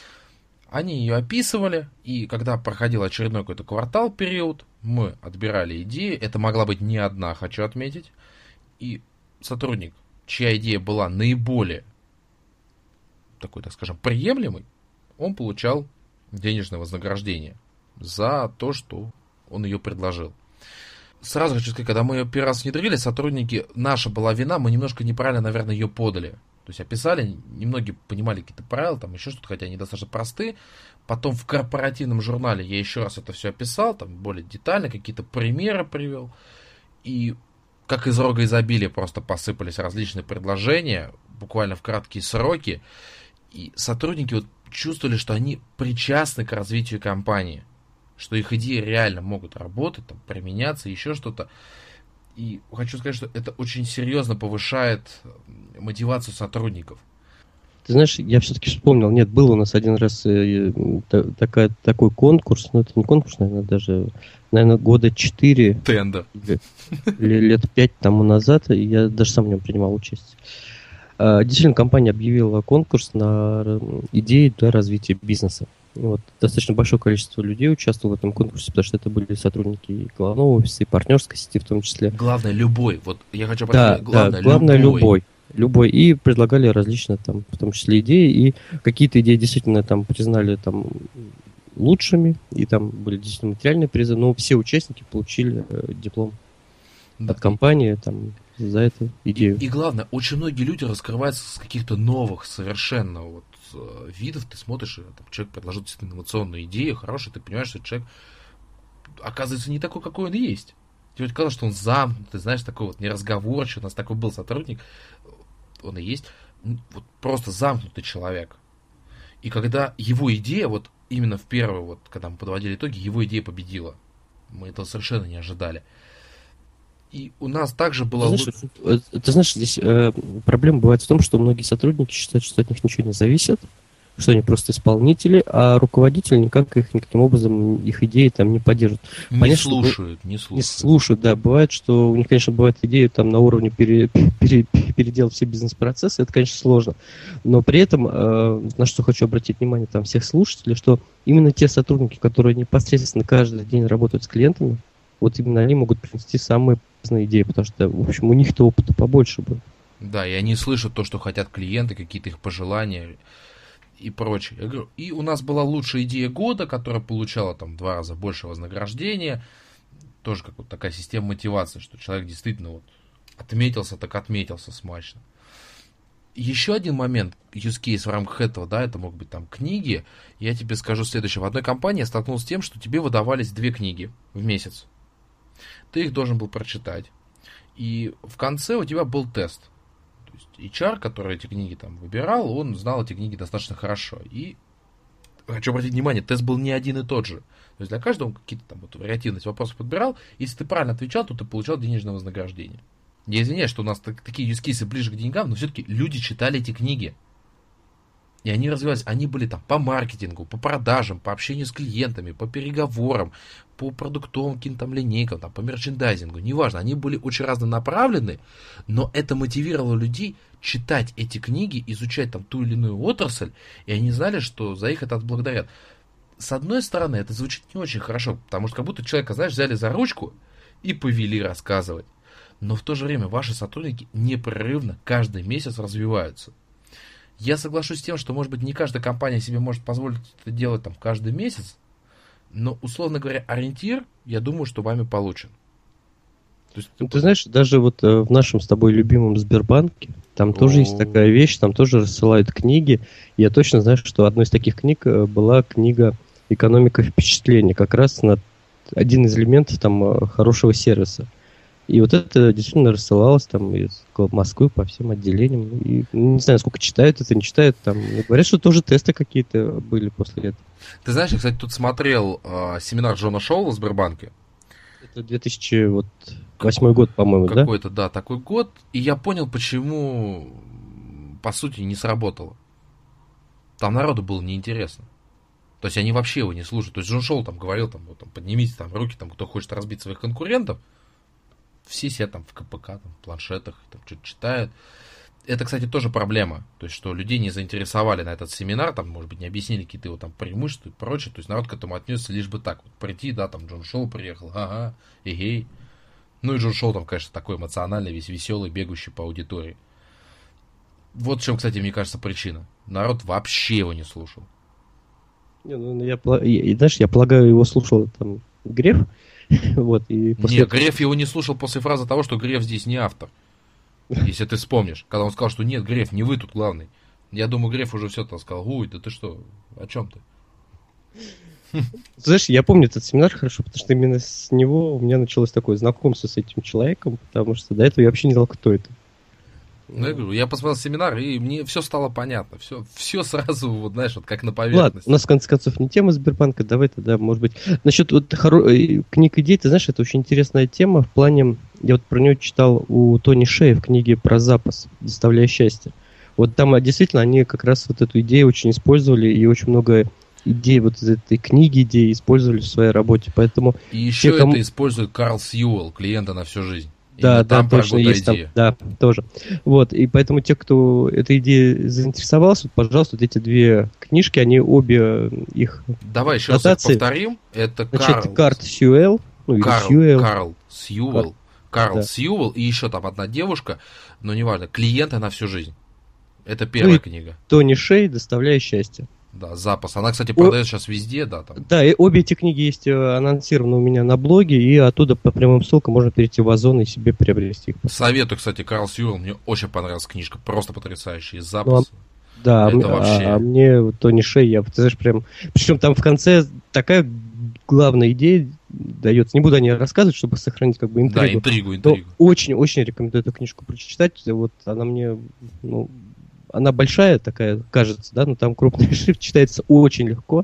A: Они ее описывали, и когда проходил очередной какой-то квартал, период, мы отбирали идеи, это могла быть не одна, хочу отметить, и сотрудник, чья идея была наиболее такой, так скажем, приемлемой, он получал денежное вознаграждение за то, что он ее предложил. Сразу хочу сказать, когда мы ее первый раз внедрили, сотрудники, наша была вина, мы немножко неправильно, наверное, ее подали. То есть описали, немногие понимали какие-то правила, там еще что-то, хотя они достаточно просты. Потом в корпоративном журнале я еще раз это все описал, там более детально, какие-то примеры привел. И как из рога изобилия просто посыпались различные предложения, буквально в краткие сроки. И сотрудники вот чувствовали, что они причастны к развитию компании, что их идеи реально могут работать, там, применяться, еще что-то. И хочу сказать, что это очень серьезно повышает мотивацию сотрудников.
B: Ты знаешь, я все-таки вспомнил, нет, был у нас один раз э, та, такая, такой конкурс, но это не конкурс, наверное, даже, наверное, года четыре.
A: Тендер.
B: Лет пять тому назад, и я даже сам в нем принимал участие. Действительно, компания объявила конкурс на идеи для развития бизнеса. Вот. Достаточно большое количество людей участвовало в этом конкурсе, потому что это были сотрудники и главного офиса, и партнерской сети в том числе.
A: Главное, любой. Вот я хочу
B: да, главное, да, главное любой. любой. Любой. И предлагали различные, там, в том числе, идеи. И какие-то идеи действительно там признали там, лучшими, и там были действительно материальные призы, но все участники получили э, диплом да. от компании там, за эту идею.
A: И, и главное, очень многие люди раскрываются с каких-то новых совершенно вот видов, ты смотришь, там, человек предложил действительно инновационную идею, хорошую, ты понимаешь, что человек оказывается не такой, какой он есть. Тебе казалось, что он замкнутый, знаешь, такой вот неразговорчивый, у нас такой был сотрудник, он и есть, вот просто замкнутый человек. И когда его идея, вот именно в первый, вот, когда мы подводили итоги, его идея победила. Мы этого совершенно не ожидали. И у нас также было...
B: Ты знаешь, ты знаешь здесь э, проблема бывает в том, что многие сотрудники считают, что от них ничего не зависит. что они просто исполнители, а руководитель никак их никаким образом, их идеи там не поддерживают.
A: Не
B: Понятно,
A: слушают,
B: что,
A: не слушают.
B: Не слушают, да. Бывает, что у них, конечно, бывают идеи там на уровне пере, пере, переделать все бизнес-процессы, это, конечно, сложно. Но при этом, э, на что хочу обратить внимание там всех слушателей, что именно те сотрудники, которые непосредственно каждый день работают с клиентами, вот именно они могут принести самые полезные идеи, потому что, в общем, у них-то опыта побольше будет.
A: Да, и они слышат то, что хотят клиенты, какие-то их пожелания и прочее. Я говорю, и у нас была лучшая идея года, которая получала там в два раза больше вознаграждения. Тоже как вот такая система мотивации, что человек действительно вот отметился, так отметился смачно. Еще один момент, use case в рамках этого, да, это могут быть там книги. Я тебе скажу следующее. В одной компании я столкнулся с тем, что тебе выдавались две книги в месяц. Ты их должен был прочитать. И в конце у тебя был тест. То есть эйч ар, который эти книги там выбирал, он знал эти книги достаточно хорошо. И хочу обратить внимание, тест был не один и тот же. То есть для каждого он какие-то там вот вариативность вопросов подбирал. Если ты правильно отвечал, то ты получал денежное вознаграждение. Я извиняюсь, что у нас так, такие юзкейсы ближе к деньгам, но все-таки люди читали эти книги. И они развивались, они были там по маркетингу, по продажам, по общению с клиентами, по переговорам, по продуктовым каким-то там линейкам, там, по мерчендайзингу, неважно, они были очень разнонаправлены, но это мотивировало людей читать эти книги, изучать там ту или иную отрасль, и они знали, что за их это отблагодарят. С одной стороны, это звучит не очень хорошо, потому что как будто человека, знаешь, взяли за ручку и повели рассказывать. Но в то же время ваши сотрудники непрерывно каждый месяц развиваются. Я соглашусь с тем, что, может быть, не каждая компания себе может позволить это делать там каждый месяц, но, условно говоря, ориентир, я думаю, что вами получен.
B: То есть, ну, ты знаешь, даже вот э, в нашем с тобой любимом Сбербанке, там О-о-о. тоже есть такая вещь, там тоже рассылают книги. Я точно знаю, что одной из таких книг была книга «Экономика впечатлений», как раз на один из элементов там хорошего сервиса. И вот это действительно рассылалось там из Москвы по всем отделениям. И не знаю, сколько читают это, не читают. Там говорят, что тоже тесты какие-то были после этого.
A: Ты знаешь, я, кстати, тут смотрел э, семинар Джона Шоула в Сбербанке.
B: Это две тысячи восьмой год, по-моему,
A: какой-то,
B: да?
A: Какой-то, да, такой год. И я понял, почему, по сути, не сработало. Там народу было неинтересно. То есть они вообще его не слушают. То есть Джон Шоул там говорил, там, вот, там, поднимите там руки, там, кто хочет разбить своих конкурентов. Все сидят там в ка пэ ка, там, в планшетах, там что-то читают. Это, кстати, тоже проблема. То есть, что людей не заинтересовали на этот семинар, там, может быть, не объяснили какие-то его там преимущества и прочее. То есть, народ к этому отнесся лишь бы так. Вот прийти, да, там, Джон Шоу приехал, ага, эгей. Ну и Джон Шоу там, конечно, такой эмоциональный, весь веселый, бегущий по аудитории. Вот в чем, кстати, мне кажется, причина. Народ вообще его не слушал.
B: Не, ну, я, и, знаешь, я полагаю, его слушал там Греф. Вот, и
A: после... Нет, Греф его не слушал после фразы того, что Греф здесь не автор. Если ты вспомнишь. Когда он сказал, что нет, Греф, не вы тут главный. Я думаю, Греф уже все-то сказал, ой, да ты что, о чем ты?
B: Знаешь, я помню этот семинар хорошо, потому что именно с него у меня началось такое знакомство с этим человеком, потому что до этого я вообще не знал, кто это.
A: Ну, я говорю, я посмотрел семинар, и мне все стало понятно. Все, все сразу, вот, знаешь, вот как на поверхности.
B: Ладно, у нас, в конце концов, не тема Сбербанка, давай тогда, может быть... Насчет вот хоро... книг идей, ты знаешь, это очень интересная тема в плане... Я вот про нее читал у Тони Шея в книге про запас, «Доставляя счастье». Вот там действительно они как раз вот эту идею очень использовали, и очень много идей вот из этой книги идей использовали в своей работе, поэтому...
A: И еще те, кому... это использует Карл Сьюэлл, клиента на всю жизнь.
B: Да, именно да, там точно есть там, да, тоже. Вот, и поэтому те, кто этой идеей заинтересовался, пожалуйста, вот эти две книжки, они обе их
A: Давай еще раз повторим. Это
B: Значит, Карл Сьюэлл, ну,
A: Карл,
B: Сьюэлл.
A: Карл Сьюэлл, Карл
B: да.
A: Сьюэлл и еще там одна девушка, но неважно, клиенты на всю жизнь. Это первая
B: ну,
A: книга.
B: Тони Шей, «Доставляя счастье».
A: Да, запас. Она, кстати, продается сейчас везде, да. Там.
B: Да, и обе эти книги есть анонсированы у меня на блоге, и оттуда по прямым ссылкам можно перейти в Озон и себе приобрести их.
A: Советую, кстати, Карл Сьюэлл, мне очень понравилась книжка, просто потрясающая. Запас.
B: Ну, а, да,
A: это
B: а,
A: вообще...
B: а мне Тони Шей, я, ты знаешь, прям... Причем там в конце такая главная идея дается. Не буду о ней рассказывать, чтобы сохранить как бы интригу.
A: Да, интригу, интригу.
B: Очень-очень рекомендую эту книжку прочитать. Вот она мне... Ну, она большая такая, кажется, да, но там крупный шрифт, читается очень легко.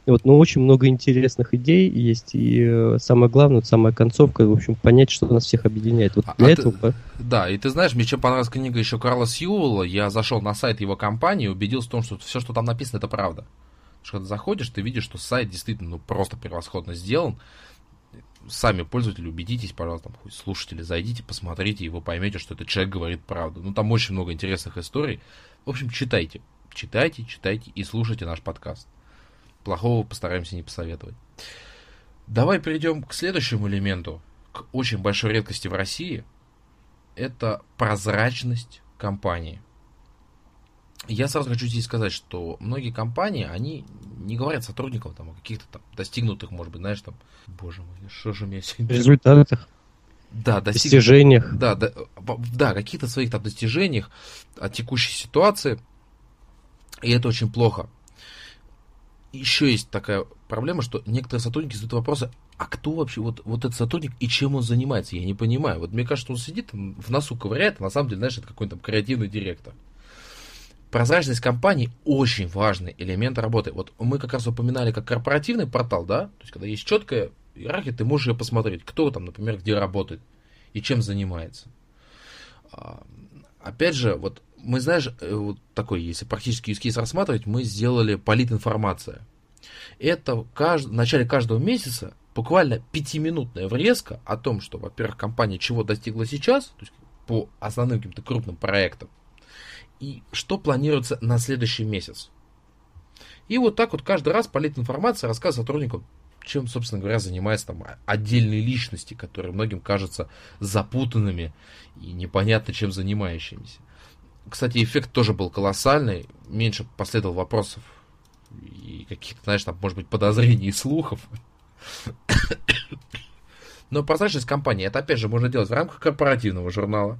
B: Вот, но очень много интересных идей есть, и э, самое главное, вот самая концовка, в общем, понять, что нас всех объединяет. Вот для
A: а
B: этого...
A: ты, да, и ты знаешь, мне чем понравилась книга еще Карла Сьюэлла, я зашел на сайт его компании и убедился в том, что все, что там написано, это правда. Потому что когда заходишь, ты видишь, что сайт действительно ну, просто превосходно сделан. Сами пользователи, убедитесь, пожалуйста, там, хоть слушатели, зайдите, посмотрите, и вы поймете, что этот человек говорит правду. Ну, там очень много интересных историй. В общем, читайте. Читайте, читайте и слушайте наш подкаст. Плохого постараемся не посоветовать. Давай перейдем к следующему элементу, к очень большой редкости в России. Это прозрачность компании. Я сразу хочу здесь сказать, что многие компании, они не говорят сотрудникам там, о каких-то там достигнутых, может быть, знаешь, там, боже мой, что же у меня сегодня...
B: результатах,
A: да, достиг...
B: достижениях.
A: Да, да, да, каких-то своих там достижениях, о текущей ситуации. И это очень плохо. Еще есть такая проблема, что некоторые сотрудники задают вопросы, а кто вообще вот, вот этот сотрудник и чем он занимается? Я не понимаю. Вот мне кажется, он сидит, в носу ковыряет, а на самом деле, знаешь, это какой-то там креативный директор. Прозрачность компании очень важный элемент работы. Вот мы как раз упоминали как корпоративный портал, да? То есть, когда есть четкая иерархия, ты можешь ее посмотреть, кто там, например, где работает и чем занимается. Опять же, вот мы, знаешь, вот такой, если практически use case рассматривать, мы сделали политинформация. Это кажд... в начале каждого месяца буквально пятиминутная врезка о том, что, во-первых, компания чего достигла сейчас, то есть по основным каким-то крупным проектам, и что планируется на следующий месяц. И вот так вот каждый раз политинформация рассказывает сотрудникам, чем, собственно говоря, занимаются там отдельные личности, которые многим кажутся запутанными и непонятно чем занимающимися. Кстати, эффект тоже был колоссальный, меньше последовало вопросов и каких-то, знаешь, там, может быть, подозрений и слухов. Но прозрачность компании, это, опять же, можно делать в рамках корпоративного журнала.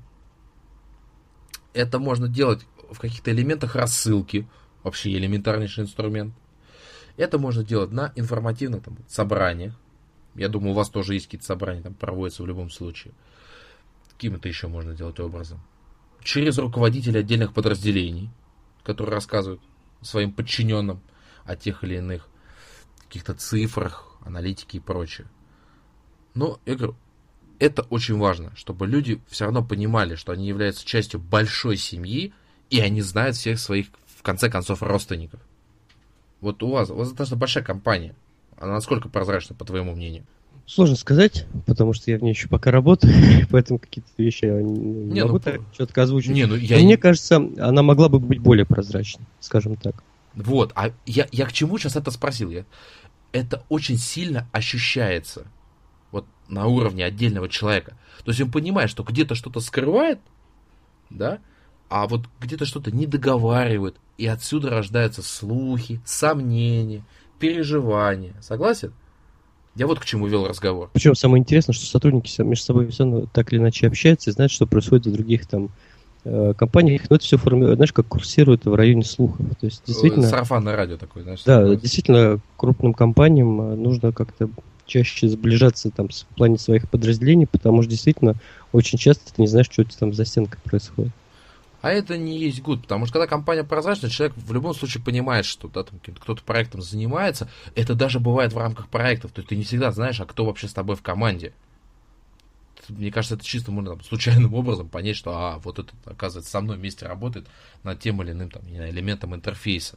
A: Это можно делать в каких-то элементах рассылки, вообще элементарнейший инструмент. Это можно делать на информативных там, собраниях. Я думаю, у вас тоже есть какие-то собрания, там проводятся в любом случае. Каким это еще можно делать образом? Через руководителей отдельных подразделений, которые рассказывают своим подчиненным о тех или иных каких-то цифрах, аналитике и прочее. Но, я говорю, это очень важно, чтобы люди все равно понимали, что они являются частью большой семьи, и они знают всех своих, в конце концов, родственников. Вот у вас, у вас достаточно большая компания. Она насколько прозрачна, по твоему мнению?
B: Сложно сказать, потому что я в ней еще пока работаю, поэтому какие-то вещи я не, не могу ну, так четко озвучить. Не, ну, я... Мне кажется, она могла бы быть более прозрачной, скажем так.
A: Вот, а я, я к чему сейчас это спросил? Я? Это очень сильно ощущается вот на уровне отдельного человека. То есть он понимает, что где-то что-то скрывает, да, а вот где-то что-то не договаривает, и отсюда рождаются слухи, сомнения, переживания. Согласен? Я вот к чему вел разговор.
B: Причем самое интересное, что сотрудники между собой все равно так или иначе общаются и знают, что происходит в других там э, компаниях. Но это все формирует, знаешь, как курсирует в районе слухов. То есть действительно...
A: Сарафанное радио такое, знаешь.
B: Да,
A: такое.
B: Действительно, крупным компаниям нужно как-то чаще сближаться там в плане своих подразделений, потому что действительно очень часто ты не знаешь, что там за стенкой происходит.
A: А это не есть good, потому что когда компания прозрачная, человек в любом случае понимает, что да, там, кто-то проектом занимается. Это даже бывает в рамках проектов. То есть ты не всегда знаешь, а кто вообще с тобой в команде. Мне кажется, это чисто можно там, случайным образом понять, что а, вот этот, оказывается, со мной вместе работает над тем или иным там, не знаю, элементом интерфейса.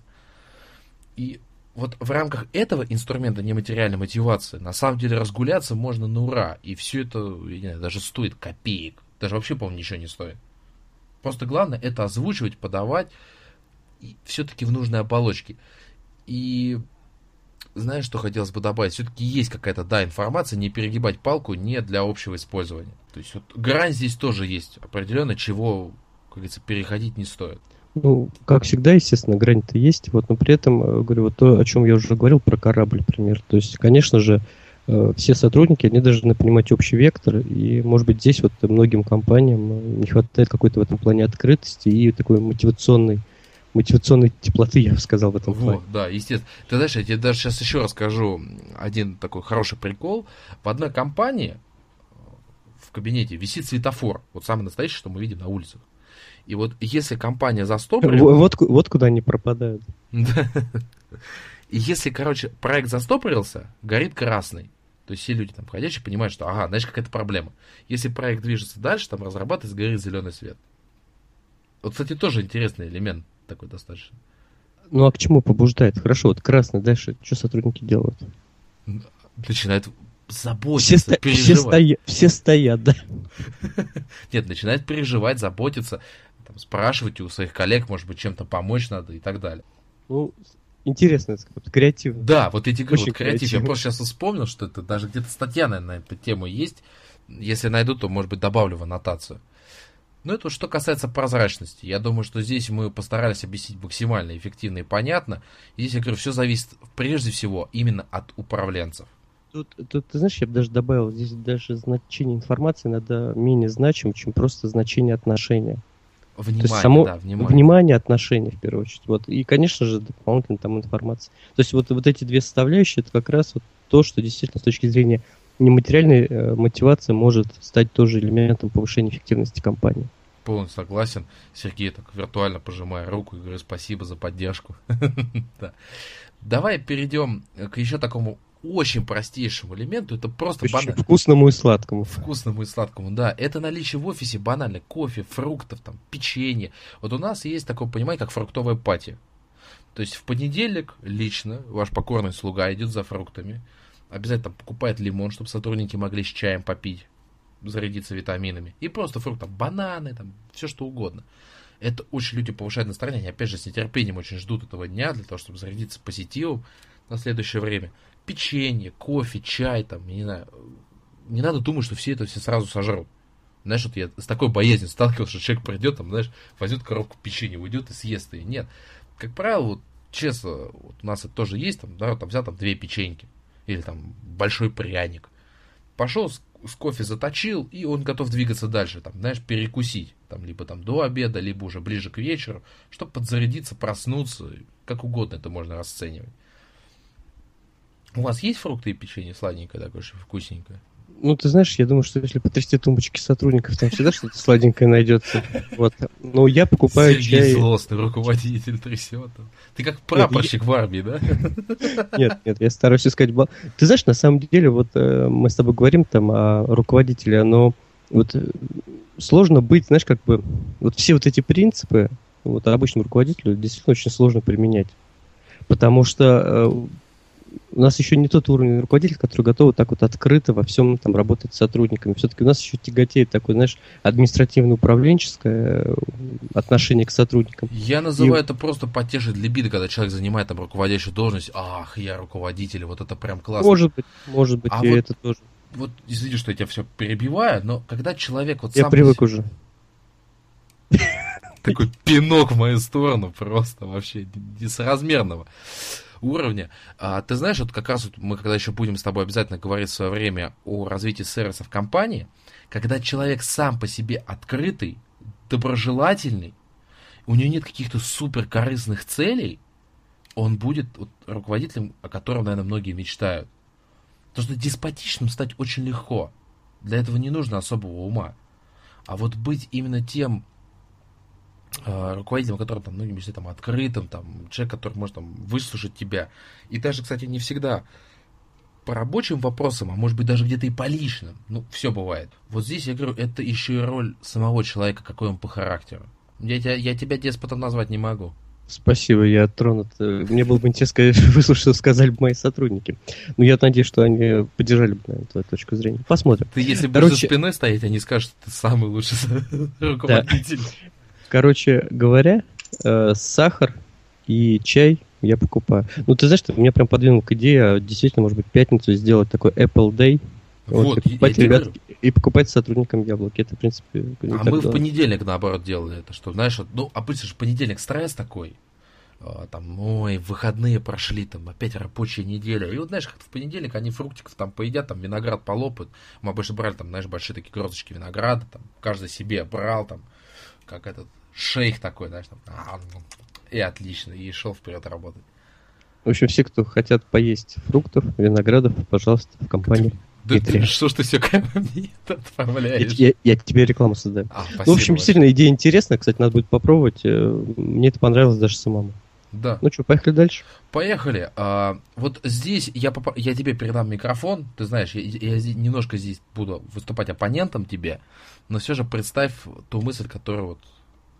A: И вот в рамках этого инструмента нематериальной мотивации на самом деле разгуляться можно на ура. И все это, я не знаю, даже стоит копеек. Даже вообще, по-моему, ничего не стоит. Просто главное это озвучивать, подавать и все-таки в нужной оболочке. И знаешь, что хотелось бы добавить? Все-таки есть какая-то, да, информация, не перегибать палку не для общего использования. То есть вот грань здесь тоже есть определенно, чего, как говорится, переходить не стоит.
B: Ну, как всегда, естественно, грань-то есть. Вот, но при этом, говорю, вот то, о чем я уже говорил про корабль, например. То есть, конечно же, все сотрудники, они должны понимать общий вектор, и, может быть, здесь вот многим компаниям не хватает какой-то в этом плане открытости и такой мотивационной, мотивационной теплоты, я бы сказал, в этом
A: вот,
B: плане.
A: Да, естественно. Ты знаешь, я тебе даже сейчас еще расскажу один такой хороший прикол. В одной компании в кабинете висит светофор, вот самый настоящий, что мы видим на улицах. И вот если компания застопорила...
B: Вот, вот куда они пропадают.
A: И если, короче, проект застопорился, горит красный. То есть все люди там входящие понимают, что ага, значит какая-то проблема. Если проект движется дальше, там разрабатывается, горит зеленый свет. Вот, кстати, тоже интересный элемент такой достаточно.
B: Ну а к чему побуждает? Хорошо, вот красный, дальше что сотрудники делают?
A: Начинают заботиться,
B: все
A: переживать.
B: Все, стоя... все стоят, да.
A: Нет, начинают переживать, заботиться, там, спрашивать у своих коллег, может быть, чем-то помочь надо и так далее.
B: Ну, интересно, вот, креативно.
A: Да, вот эти вот, креатив.
B: Креативно.
A: Я просто сейчас вспомнил, что это даже где-то статья, наверное, на эту тему есть. Если найду, то, может быть, добавлю в аннотацию. Ну, это что касается прозрачности. Я думаю, что здесь мы постарались объяснить максимально эффективно и понятно. И здесь, я говорю, все зависит прежде всего именно от управленцев.
B: Тут, тут, ты знаешь, я бы даже добавил, здесь даже значение информации надо менее значимо, чем просто значение отношения.
A: Внимание,
B: то есть само,
A: да, внимание.
B: Внимание, отношения, в первую очередь. Вот. И, конечно же, дополнительно там информация. То есть вот, вот эти две составляющие, это как раз вот то, что действительно с точки зрения нематериальной э, мотивации может стать тоже элементом повышения эффективности компании.
A: Полностью согласен. Сергей так виртуально пожимая руку и говорю спасибо за поддержку. Давай перейдем к еще такому очень простейшему элементу. Это просто банально.
B: Вкусному и сладкому.
A: Вкусному и сладкому, да. Это наличие в офисе банально кофе, фруктов, там, печенье. Вот у нас есть такое понимание, как фруктовая пати. То есть в понедельник лично ваш покорный слуга идет за фруктами. Обязательно там покупает лимон, чтобы сотрудники могли с чаем попить, зарядиться витаминами. И просто фрукты, бананы, там, все что угодно. Это очень люди повышают настроение. Они опять же с нетерпением очень ждут этого дня для того, чтобы зарядиться позитивом на следующее время. Печенье, кофе, чай, там, не знаю. Не надо думать, что все это все сразу сожрут. Знаешь, вот я с такой боязнью сталкивался, что человек придет, там, знаешь, возьмет коробку печенья, уйдет и съест ее. Нет. Как правило, вот, честно, вот у нас это тоже есть, там, да, там взял там две печеньки. Или там большой пряник. Пошел с, с кофе заточил, и он готов двигаться дальше, там, знаешь, перекусить. Там, либо там до обеда, либо уже ближе к вечеру, чтобы подзарядиться, проснуться. Как угодно это можно расценивать. У вас есть фрукты и печенье сладенькое такое, что вкусненькое?
B: Ну, ты знаешь, я думаю, что если потрясти тумбочки сотрудников, там всегда что-то сладенькое найдется. Вот. Ну, я покупаю
A: Сергей
B: чай...
A: злостный руководитель трясет. Ты как прапорщик нет, в армии, да?
B: Нет, нет, я стараюсь искать... Бал... Ты знаешь, на самом деле, вот э, мы с тобой говорим там о руководителе, но вот э, сложно быть, знаешь, как бы... Вот все вот эти принципы вот обычному руководителю действительно очень сложно применять. Потому что... Э, у нас еще не тот уровень руководителя, который готов так вот открыто во всем там работать с сотрудниками. Все-таки у нас еще тяготеет такое, знаешь, административно-управленческое отношение к сотрудникам.
A: Я называю и... это просто потешить либидо, когда человек занимает там руководящую должность. Ах, я руководитель, вот это прям классно.
B: Может быть, может быть,
A: а
B: и
A: вот,
B: это тоже.
A: Вот, извини, что я тебя все перебиваю, но когда человек вот
B: я
A: сам...
B: Я привык уже.
A: Такой пинок в мою сторону просто вообще несоразмерного уровня. А, ты знаешь, вот как раз вот мы когда еще будем с тобой обязательно говорить в свое время о развитии сервисов компании, когда человек сам по себе открытый, доброжелательный, у него нет каких-то супер корыстных целей, он будет вот руководителем, о котором, наверное, многие мечтают. Потому что деспотичным стать очень легко. Для этого не нужно особого ума. А вот быть именно тем руководителем, который там, многие мечтают, там, открытым, там, человек, который может там выслушать тебя. И даже, кстати, не всегда по рабочим вопросам, а может быть даже где-то и по личным. Ну, все бывает. Вот здесь, я говорю, это еще и роль самого человека, какой он по характеру. Я, я, я тебя деспотом назвать не могу.
B: Спасибо, я тронут. Мне было бы интересно выслушать, что сказали бы мои сотрудники. Но я надеюсь, что они поддержали бы, наверное, твою точку зрения. Посмотрим.
A: Ты если будешь Короче... за спиной стоять, они скажут, что ты самый лучший руководитель.
B: Да. Короче говоря, э, сахар и чай я покупаю. Ну, ты знаешь, что меня прям подвинул к идее, действительно, может быть, в пятницу сделать такой Apple Day.
A: Вот, вот,
B: и, покупать, ребят, и покупать сотрудникам яблоки. Это, в принципе...
A: А мы в понедельник, наоборот, делали это. Что, знаешь, вот, ну, обычно же понедельник стресс такой. Там, ой, выходные прошли, там, опять рабочая неделя. И вот, знаешь, как в понедельник они фруктиков там поедят, там, виноград полопают. Мы обычно брали, там, знаешь, большие такие грозочки винограда, там, каждый себе брал, там, как этот шейх такой, знаешь, там, и отлично, и шел вперед работать.
B: В общем, все, кто хотят поесть фруктов, виноградов, пожалуйста, в компании.
A: Да ты, что ж ты все ко мне отправляешь?
B: Я, я, я тебе рекламу создаю. А, ну, в общем, действительно, идея интересная, кстати, надо будет попробовать. Мне это понравилось даже самому.
A: Да.
B: Ну что, поехали дальше?
A: Поехали. А, вот здесь я, поп... я тебе передам микрофон. Ты знаешь, я, я здесь, немножко здесь буду выступать оппонентом тебе, но все же представь ту мысль, которую вот...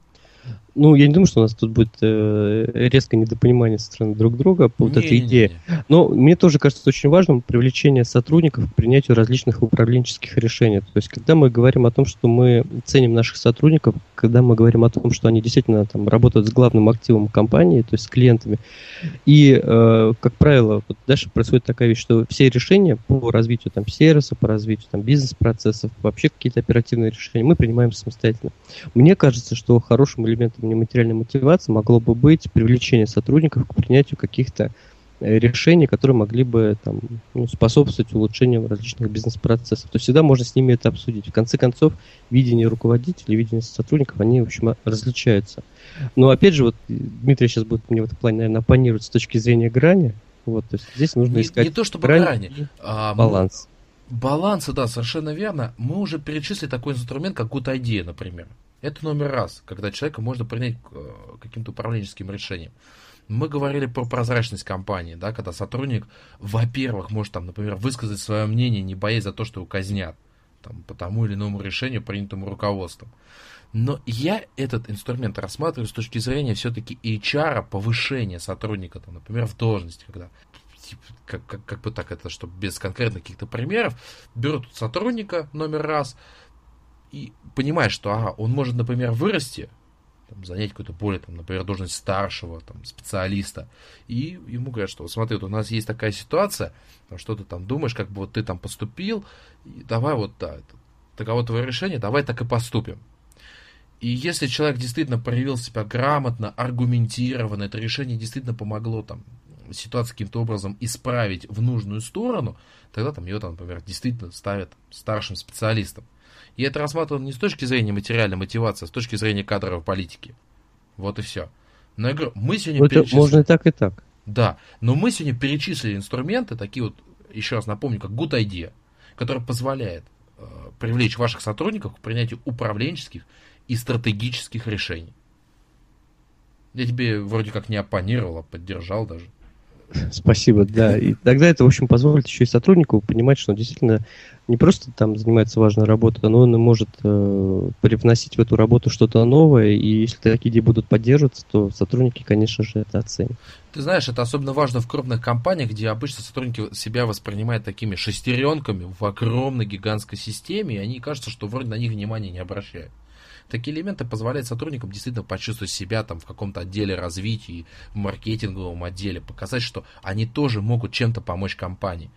B: Ну, я не думаю, что у нас тут будет э, резкое недопонимание со стороны друг друга по вот
A: Не,
B: этой
A: не,
B: идее.
A: не.
B: Но мне тоже кажется очень важным привлечение сотрудников к принятию различных управленческих решений. То есть, когда мы говорим о том, что мы ценим наших сотрудников, когда мы говорим о том, что они действительно там работают с главным активом компании, то есть с клиентами, и, э, как правило, вот дальше происходит такая вещь, что все решения по развитию там, сервиса, по развитию там, бизнес-процессов, вообще какие-то оперативные решения мы принимаем самостоятельно. Мне кажется, что хорошим элементом нематериальной мотивации могло бы быть привлечение сотрудников к принятию каких-то решений, которые могли бы там, ну, способствовать улучшению различных бизнес-процессов. То есть всегда можно с ними это обсудить. В конце концов, видение руководителей, видение сотрудников, они, в общем, различаются. Но, опять же, вот Дмитрий сейчас будет мне в этом плане, наверное, оппонировать с точки зрения грани. Вот, то есть здесь нужно
A: Не,
B: искать
A: не то чтобы
B: грань,
A: грани, а
B: баланс.
A: Мы, баланс, да, совершенно верно. Мы уже перечислили такой инструмент, как Good Idea, например. Это номер раз, когда человека можно принять к каким-то управленческим решениям. Мы говорили про прозрачность компании, да, когда сотрудник, во-первых, может, там, например, высказать свое мнение, не боясь за то, что его казнят там, по тому или иному решению, принятому руководством. Но я этот инструмент рассматриваю с точки зрения все-таки эйч ар, повышения сотрудника, там, например, в должности, когда, как, как, как бы так это, чтобы без конкретных каких-то примеров, берут сотрудника номер раз и понимают, что ага, он может, например, вырасти, там, занять какую-то более, там, например, должность старшего там, специалиста. И ему говорят, что вот смотри, вот у нас есть такая ситуация, там, что ты там думаешь, как бы вот ты там поступил, и давай вот, да, это, таково твое решение, давай так и поступим. И если человек действительно проявил себя грамотно, аргументированно, это решение действительно помогло там, ситуацию каким-то образом исправить в нужную сторону, тогда там ее, там, например, действительно ставят старшим специалистом. И это рассматривано не с точки зрения материальной мотивации, а с точки зрения кадровой политики. Вот и все. Но я говорю, мы сегодня
B: Ну,
A: перечислили...
B: можно и так, и так.
A: Да, но мы сегодня перечислили инструменты, такие вот, еще раз напомню, как Good Idea, который позволяет э, привлечь ваших сотрудников к принятию управленческих и стратегических решений. Я тебе вроде как не оппонировал, а поддержал даже.
B: Спасибо, да. И тогда это, в общем, позволит еще и сотруднику понимать, что он действительно не просто там занимается важной работой, но он и может э, привносить в эту работу что-то новое, и если такие идеи будут поддерживаться, то сотрудники, конечно же, это оценят.
A: Ты знаешь, это особенно важно в крупных компаниях, где обычно сотрудники себя воспринимают такими шестеренками в огромной гигантской системе, и они кажется, что вроде на них внимания не обращают. Такие элементы позволяют сотрудникам действительно почувствовать себя там в каком-то отделе развития, в маркетинговом отделе, показать, что они тоже могут чем-то помочь компании.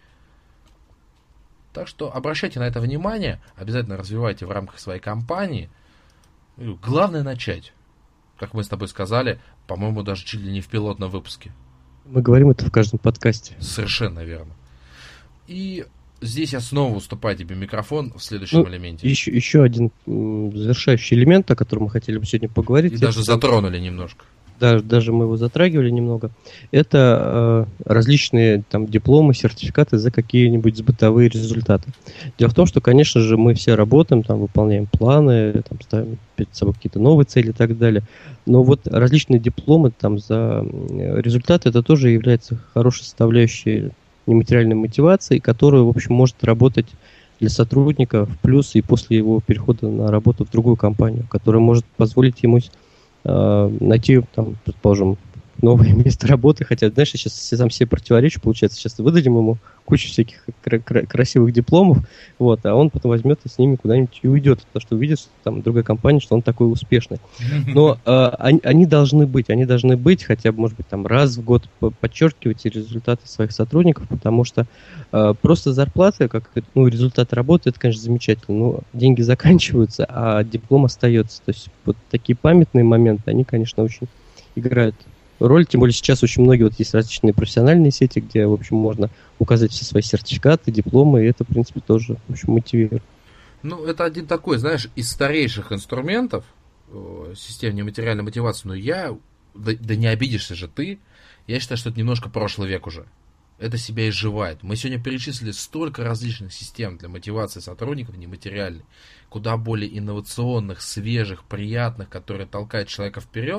A: Так что обращайте на это внимание, обязательно развивайте в рамках своей компании. Главное начать. Как мы с тобой сказали, по-моему, даже чуть ли не в пилотном выпуске.
B: Мы говорим это в каждом подкасте.
A: Совершенно верно. И здесь я снова уступаю тебе микрофон в следующем
B: ну,
A: элементе.
B: Еще, еще один м, завершающий элемент, о котором мы хотели бы сегодня поговорить.
A: И
B: это,
A: даже затронули немножко.
B: Даже, даже мы его затрагивали немного. Это э, различные там, дипломы, сертификаты за какие-нибудь бытовые результаты. Дело в том, что, конечно же, мы все работаем, там, выполняем планы, там, ставим перед собой какие-то новые цели и так далее. Но вот различные дипломы там, за результаты, это тоже является хорошей составляющей нематериальной мотивации, которая, в общем, может работать для сотрудника в плюс и после его перехода на работу в другую компанию, которая может позволить ему э, найти, там, предположим, новое место работы, хотя, знаешь, я сейчас все, там все противоречия, получается, сейчас выдадим ему кучу всяких кра- кра- красивых дипломов, вот, а он потом возьмет и с ними куда-нибудь и уйдет, потому что увидит, что там другая компания, что он такой успешный. Но э, они, они должны быть, они должны быть хотя бы, может быть, там раз в год подчеркивать результаты своих сотрудников, потому что э, просто зарплата, как ну, результат работы, это, конечно, замечательно, но деньги заканчиваются, а диплом остается. То есть вот такие памятные моменты, они, конечно, очень играют роль, тем более сейчас очень многие, вот есть различные профессиональные сети, где, в общем, можно указать все свои сертификаты, дипломы, и это, в принципе, тоже, в общем, мотивирует.
A: Ну, это один такой, знаешь, из старейших инструментов э, системы нематериальной мотивации, но я, да, да не обидишься же ты, я считаю, что это немножко прошлый век уже. Это себя изживает. Мы сегодня перечислили столько различных систем для мотивации сотрудников нематериальной, куда более инновационных, свежих, приятных, которые толкают человека вперед.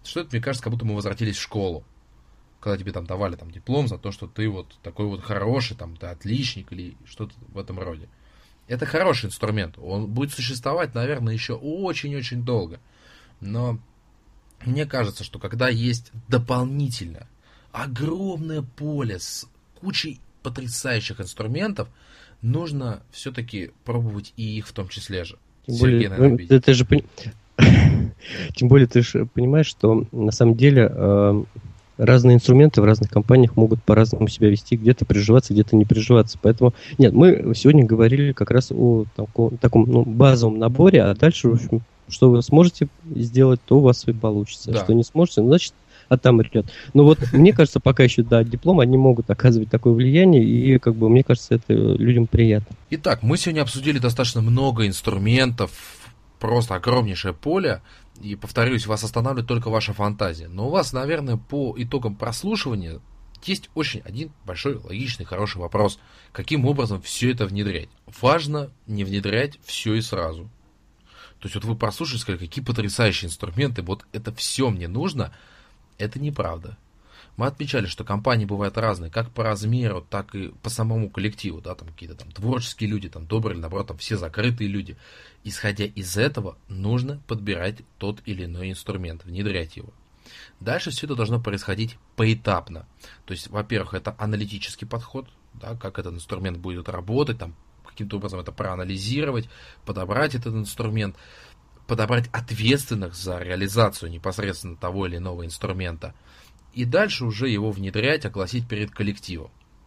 A: что это, мне кажется, как будто мы возвратились в школу. Когда тебе там давали там диплом за то, что ты вот такой вот хороший, там, ты отличник или что-то в этом роде. Это хороший инструмент. Он будет существовать, наверное, еще очень-очень долго. Но мне кажется, что когда есть дополнительно огромное поле с кучей потрясающих инструментов, нужно все-таки пробовать и их в том числе же.
B: Тем более, ну, ты, ты же пони... Тем более ты же понимаешь, что на самом деле э, разные инструменты в разных компаниях могут по-разному себя вести, где-то приживаться, где-то не приживаться. Поэтому нет, мы сегодня говорили как раз о таком, таком ну, базовом наборе, а дальше, в общем, что вы сможете сделать, то у вас и получится.
A: Да.
B: Что не сможете, ну, значит, а там идет. Но вот мне кажется, пока еще до диплома они могут оказывать такое влияние, и как бы мне кажется, это людям приятно.
A: Итак, мы сегодня обсудили достаточно много инструментов, просто огромнейшее поле, и, повторюсь, вас останавливает только ваша фантазия. Но у вас, наверное, по итогам прослушивания есть очень один большой, логичный, хороший вопрос. Каким образом все это внедрять? Важно не внедрять все и сразу. То есть вот вы прослушали, сказали, какие потрясающие инструменты, вот это все мне нужно. Это неправда. Мы отмечали, что компании бывают разные, как по размеру, так и по самому коллективу, да, там какие-то там творческие люди, там добрые, или наоборот, там все закрытые люди. Исходя из этого, нужно подбирать тот или иной инструмент, внедрять его. Дальше все это должно происходить поэтапно. То есть, во-первых, это аналитический подход, да, как этот инструмент будет работать, там, каким-то образом это проанализировать, подобрать этот инструмент, подобрать ответственных за реализацию непосредственно того или иного инструмента, и дальше уже его внедрять, огласить перед коллективом.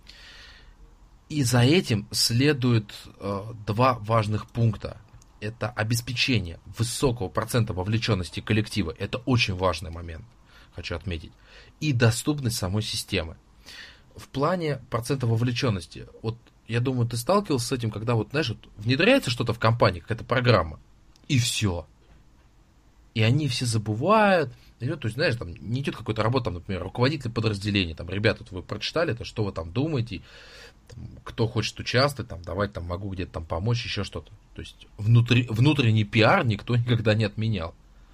A: И за этим следует э, два важных пункта. Это обеспечение высокого процента вовлеченности коллектива. Это очень важный момент, хочу отметить. И доступность самой системы. В плане процента вовлеченности, вот я думаю, ты сталкивался с этим, когда вот, знаешь, вот внедряется что-то в компании, какая-то программа, и все. И они все забывают. Идет, то есть, знаешь, там не идет какая-то работа, там, например, руководитель подразделения, там, ребята, вот вы прочитали это, что вы там думаете, там, кто хочет участвовать, там, давайте, там, могу где-то там помочь, еще что-то. То есть, внутри, внутренний пиар никто никогда не отменял.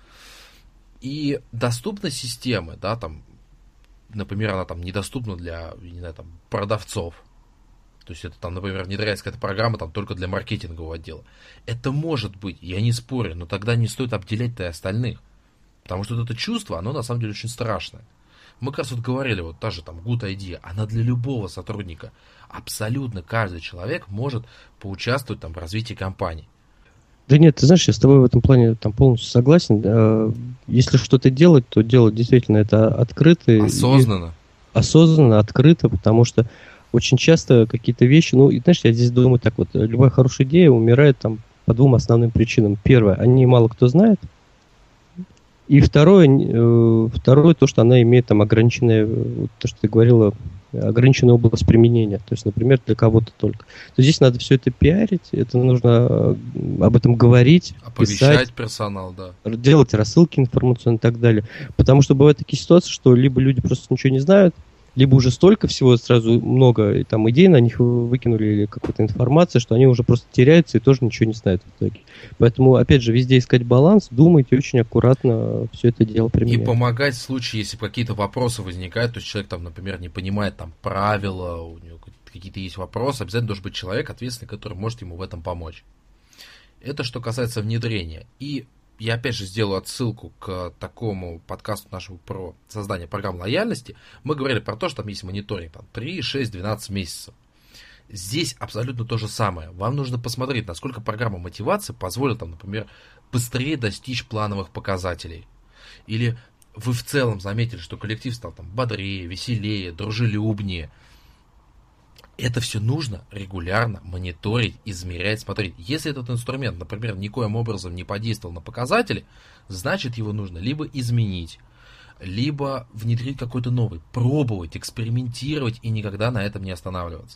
A: И доступность системы, да, там, например, она там недоступна для, не знаю, там, продавцов. То есть это там, например, внедряется какая-то программа там только для маркетингового отдела. Это может быть, я не спорю, но тогда не стоит обделять-то и остальных. Потому что вот это чувство, оно на самом деле очень страшное. Мы как раз вот говорили, вот та же там Good Idea, она для любого сотрудника. Абсолютно каждый человек может поучаствовать там в развитии компании.
B: Да нет, ты знаешь, я с тобой в этом плане там полностью согласен. Если что-то делать, то делать действительно это открыто.
A: Осознанно.
B: Осознанно, открыто, потому что очень часто какие-то вещи, ну, и знаешь, я здесь думаю так вот, любая хорошая идея умирает там по двум основным причинам. Первое, о ней мало кто знает. И второе, э, второе, то, что она имеет там ограниченное, вот то, что ты говорила, ограниченную область применения. То есть, например, для кого-то только. То здесь надо все это пиарить, это нужно об этом говорить,
A: оповещать
B: писать,
A: персонал, да.
B: Делать рассылки информационные и так далее. Потому что бывают такие ситуации, что либо люди просто ничего не знают, либо уже столько всего сразу много там идей на них выкинули или какой-то информации, что они уже просто теряются и тоже ничего не знают в итоге. Поэтому, опять же, везде искать баланс, думайте очень аккуратно все это дело применять.
A: И помогать в случае, если какие-то вопросы возникают, то есть человек там, например, не понимает там правила, у него какие-то есть вопросы, обязательно должен быть человек ответственный, который может ему в этом помочь. Это что касается внедрения. И я опять же сделаю отсылку к такому подкасту нашему про создание программ лояльности. Мы говорили про то, что там есть мониторинг там, три, шесть, двенадцать месяцев. Здесь абсолютно то же самое. Вам нужно посмотреть, насколько программа мотивации позволит, там, например, быстрее достичь плановых показателей. Или вы в целом заметили, что коллектив стал там, бодрее, веселее, дружелюбнее. Это все нужно регулярно мониторить, измерять, смотреть. Если этот инструмент, например, никоим образом не подействовал на показатели, значит его нужно либо изменить, либо внедрить какой-то новый, пробовать, экспериментировать и никогда на этом не останавливаться.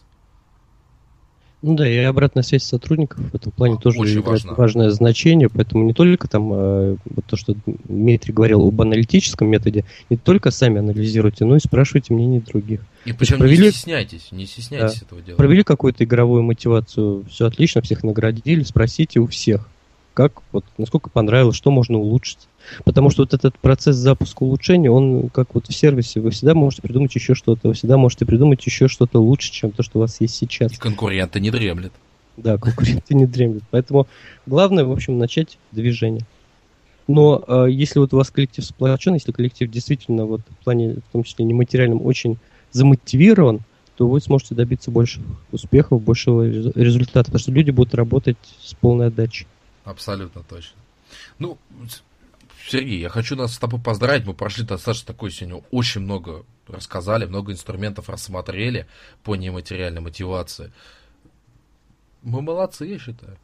B: Ну да, и обратная связь сотрудников в этом плане
A: а,
B: тоже играет важно. важное значение, поэтому не только там э, вот то, что Дмитрий говорил об аналитическом методе, не только сами анализируйте, но и спрашивайте мнение других.
A: И причем провели... не стесняйтесь, не стесняйтесь да. этого делать.
B: Провели какую-то игровую мотивацию, все отлично, всех наградили, спросите у всех, как, вот, насколько понравилось, что можно улучшить. Потому что вот этот процесс запуска улучшений, он как вот в сервисе, вы всегда можете придумать еще что-то, вы всегда можете придумать еще что-то лучше, чем то, что у вас есть сейчас.
A: И конкуренты не дремлет.
B: Да, конкуренты не дремлет. Поэтому главное, в общем, начать движение. Но э, если вот у вас коллектив сплочен, если коллектив действительно вот в плане, в том числе нематериальном, очень замотивирован, то вы сможете добиться больших успехов, большего результата, потому что люди будут работать с полной отдачей.
A: Абсолютно точно. Ну, Сергей, я хочу нас с тобой поздравить. Мы прошли достаточно такой сегодня, очень много рассказали, много инструментов рассмотрели по нематериальной мотивации. Мы молодцы, я считаю.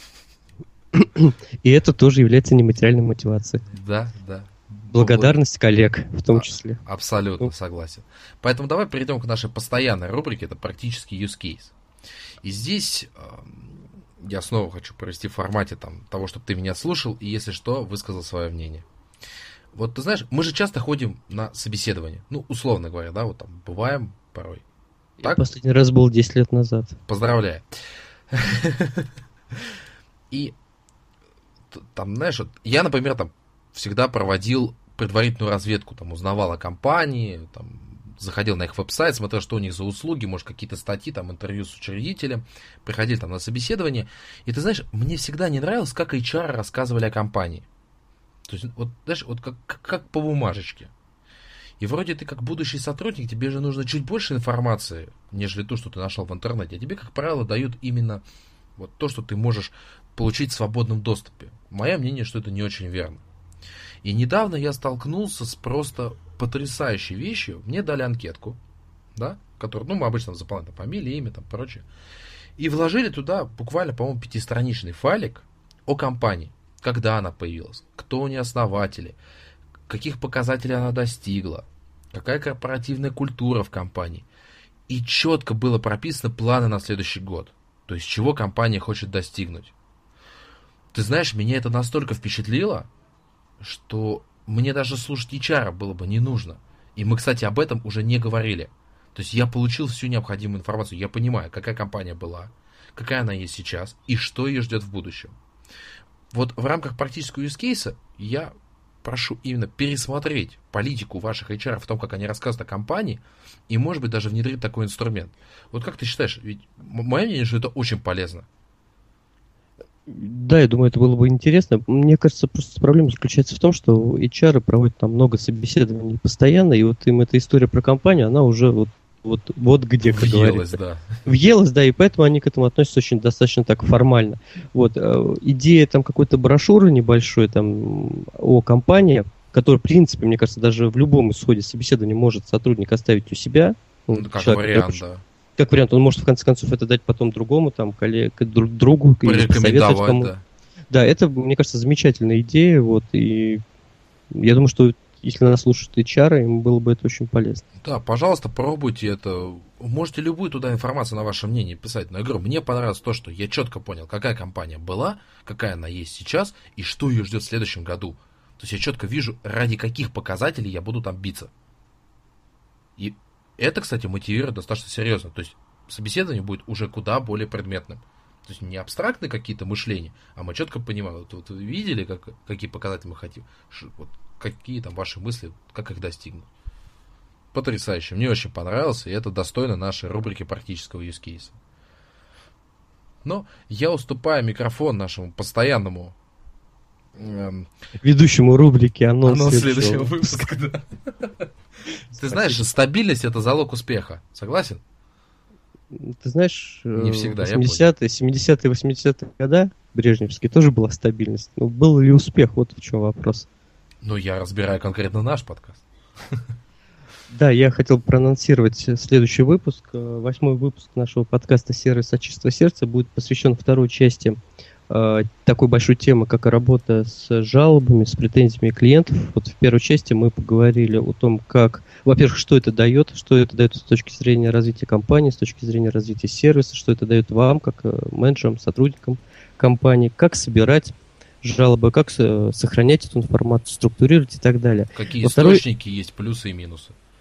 B: И это тоже является нематериальной мотивацией.
A: Да, да.
B: Благодарность коллег в том числе.
A: А, абсолютно согласен. Поэтому давай перейдем к нашей постоянной рубрике, это практически use case. И здесь э, я снова хочу провести в формате там, того, чтобы ты меня слушал, и если что, высказал свое мнение. Вот ты знаешь, мы же часто ходим на собеседование, ну, условно говоря, да, вот там бываем порой.
B: Так? Я последний раз был десять лет назад.
A: Поздравляю. И там, знаешь, вот, я, например, там всегда проводил предварительную разведку, там, узнавал о компании, там, заходил на их веб-сайт, смотрел, что у них за услуги, может, какие-то статьи, там, интервью с учредителем, приходил там на собеседование. И ты знаешь, мне всегда не нравилось, как эйч ар рассказывали о компании. То есть, вот, знаешь, вот как, как, как по бумажечке. И вроде ты как будущий сотрудник, тебе же нужно чуть больше информации, нежели то, что ты нашел в интернете. А тебе, как правило, дают именно вот то, что ты можешь получить в свободном доступе. Мое мнение, что это не очень верно. И недавно я столкнулся с просто потрясающей вещью. Мне дали анкетку, да, которую, ну, мы обычно заполняем там, фамилия, имя, там, прочее. И вложили туда буквально, по-моему, пятистраничный файлик о компании. Когда она появилась, кто у нее основатели, каких показателей она достигла, какая корпоративная культура в компании. И четко было прописано планы на следующий год. То есть, чего компания хочет достигнуть. Ты знаешь, меня это настолько впечатлило, что мне даже слушать эйч ар было бы не нужно. И мы, кстати, об этом уже не говорили. То есть я получил всю необходимую информацию. Я понимаю, какая компания была, какая она есть сейчас и что ее ждет в будущем. Вот в рамках практического use case я прошу именно пересмотреть политику ваших эйч ар в том, как они рассказывают о компании, и, может быть, даже внедрить такой инструмент. Вот как ты считаешь, ведь мое мнение, что это очень полезно.
B: Да, я думаю, это было бы интересно. Мне кажется, просто проблема заключается в том, что эйч ар проводят там много собеседований постоянно, и вот им эта история про компанию, она уже вот, вот, вот где, как
A: въелась,
B: говорится.
A: Да.
B: Въелась, да, и поэтому они к этому относятся очень достаточно так формально. Вот, идея там какой-то брошюры небольшой там о компании, которую, в принципе, мне кажется, даже в любом исходе собеседования может сотрудник оставить у себя.
A: Ну, как человек, вариант, да.
B: Как вариант, он может в конце концов это дать потом другому, там, коллеге, другу, или посоветовать кому. Да. Да, это, мне кажется, замечательная идея, вот, и я думаю, что если нас слушают эйч ар, им было бы это очень полезно.
A: Да, пожалуйста, пробуйте это. Можете любую туда информацию на ваше мнение писать. Но я говорю, мне понравилось то, что я четко понял, какая компания была, какая она есть сейчас, и что ее ждет в следующем году. То есть я четко вижу, ради каких показателей я буду там биться. И это, кстати, мотивирует достаточно серьезно. То есть собеседование будет уже куда более предметным. То есть не абстрактные какие-то мышления, а мы четко понимаем. Вот, вот вы видели, как, какие показатели мы хотим, вот, какие там ваши мысли, как их достигнуть. Потрясающе. Мне очень понравилось, и это достойно нашей рубрики практического use case. Но я уступаю микрофон нашему постоянному
B: эм, ведущему рубрики анонс,
A: анонс следующего выпуска. Да. Ты знаешь, стабильность — это залог успеха. Согласен?
B: Ты знаешь,
A: не всегда,
B: восьмидесятые, семидесятые, восьмидесятые годы брежневские тоже была стабильность. Но был ли успех? Вот в чем вопрос.
A: Ну, я разбираю конкретно наш подкаст.
B: Да, я хотел проанонсировать следующий выпуск. Восьмой выпуск нашего подкаста «Сервис от чистого сердца» будет посвящен второй части э, такой большой темы, как работа с жалобами, с претензиями клиентов. Вот в первой части мы поговорили о том, как, во-первых, что это дает, что это дает с точки зрения развития компании, с точки зрения развития сервиса, что это дает вам, как менеджерам, сотрудникам компании, как собирать жалобы, как сохранять эту информацию, структурировать и так далее.
A: Какие источники второй... есть, плюсы и минусы.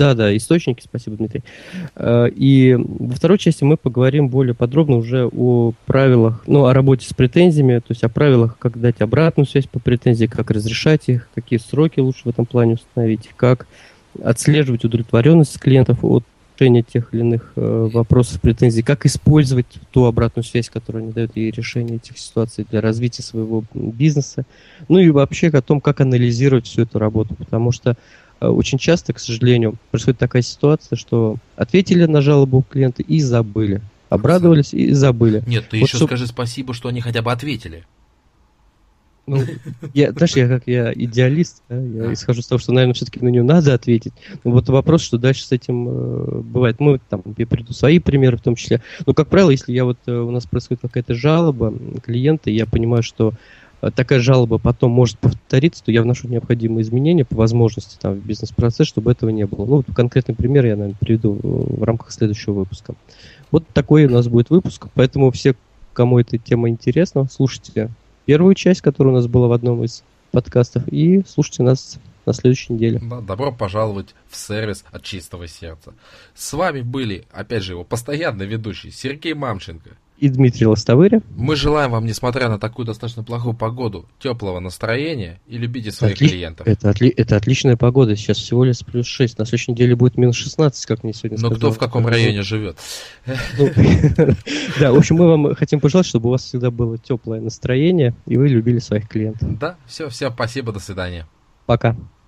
B: Да, да, источники, спасибо, Дмитрий. И во второй части мы поговорим более подробно уже о правилах, ну, о работе с претензиями, то есть о правилах, как дать обратную связь по претензии, как разрешать их, какие сроки лучше в этом плане установить, как отслеживать удовлетворенность клиентов от решения тех или иных э, вопросов, претензий, как использовать ту обратную связь, которую они дают, и решение этих ситуаций для развития своего бизнеса. Ну и вообще о том, как анализировать всю эту работу, потому что э, очень часто, к сожалению, происходит такая ситуация, что ответили на жалобу клиента и забыли, обрадовались и забыли.
A: Нет, ты
B: вот
A: еще
B: чтоб...
A: скажи спасибо, что они хотя бы ответили.
B: Ну, я, знаешь, я как я идеалист, да, я а. исхожу из того, что, наверное, все-таки на нее надо ответить. Но вот вопрос, что дальше с этим э, бывает. Мы там, я приведу свои примеры в том числе. Но, как правило, если я вот, э, у нас происходит какая-то жалоба клиента, и я понимаю, что э, такая жалоба потом может повториться, то я вношу необходимые изменения по возможности там, в бизнес-процесс, чтобы этого не было. Ну, вот конкретный пример я, наверное, приведу в рамках следующего выпуска. Вот такой у нас будет выпуск, поэтому все, кому эта тема интересна, слушайте первую часть, которая у нас была в одном из подкастов, и слушайте нас на следующей неделе.
A: Да, добро пожаловать в сервис от чистого сердца. С вами были, опять же, его постоянный ведущий Сергей Мамченко
B: и Дмитрий Лостовыря.
A: Мы желаем вам, несмотря на такую достаточно плохую погоду, теплого настроения и любите своих
B: Отли...
A: клиентов.
B: Это, отли... это отличная погода. Сейчас всего лишь плюс шесть. На следующей неделе будет минус шестнадцать, как мне сегодня сказали.
A: Но кто в каком районе живет?
B: Да, в общем, мы вам хотим пожелать, чтобы у вас всегда было теплое настроение, и вы любили своих клиентов.
A: Да, все, все, спасибо, до свидания.
B: Пока.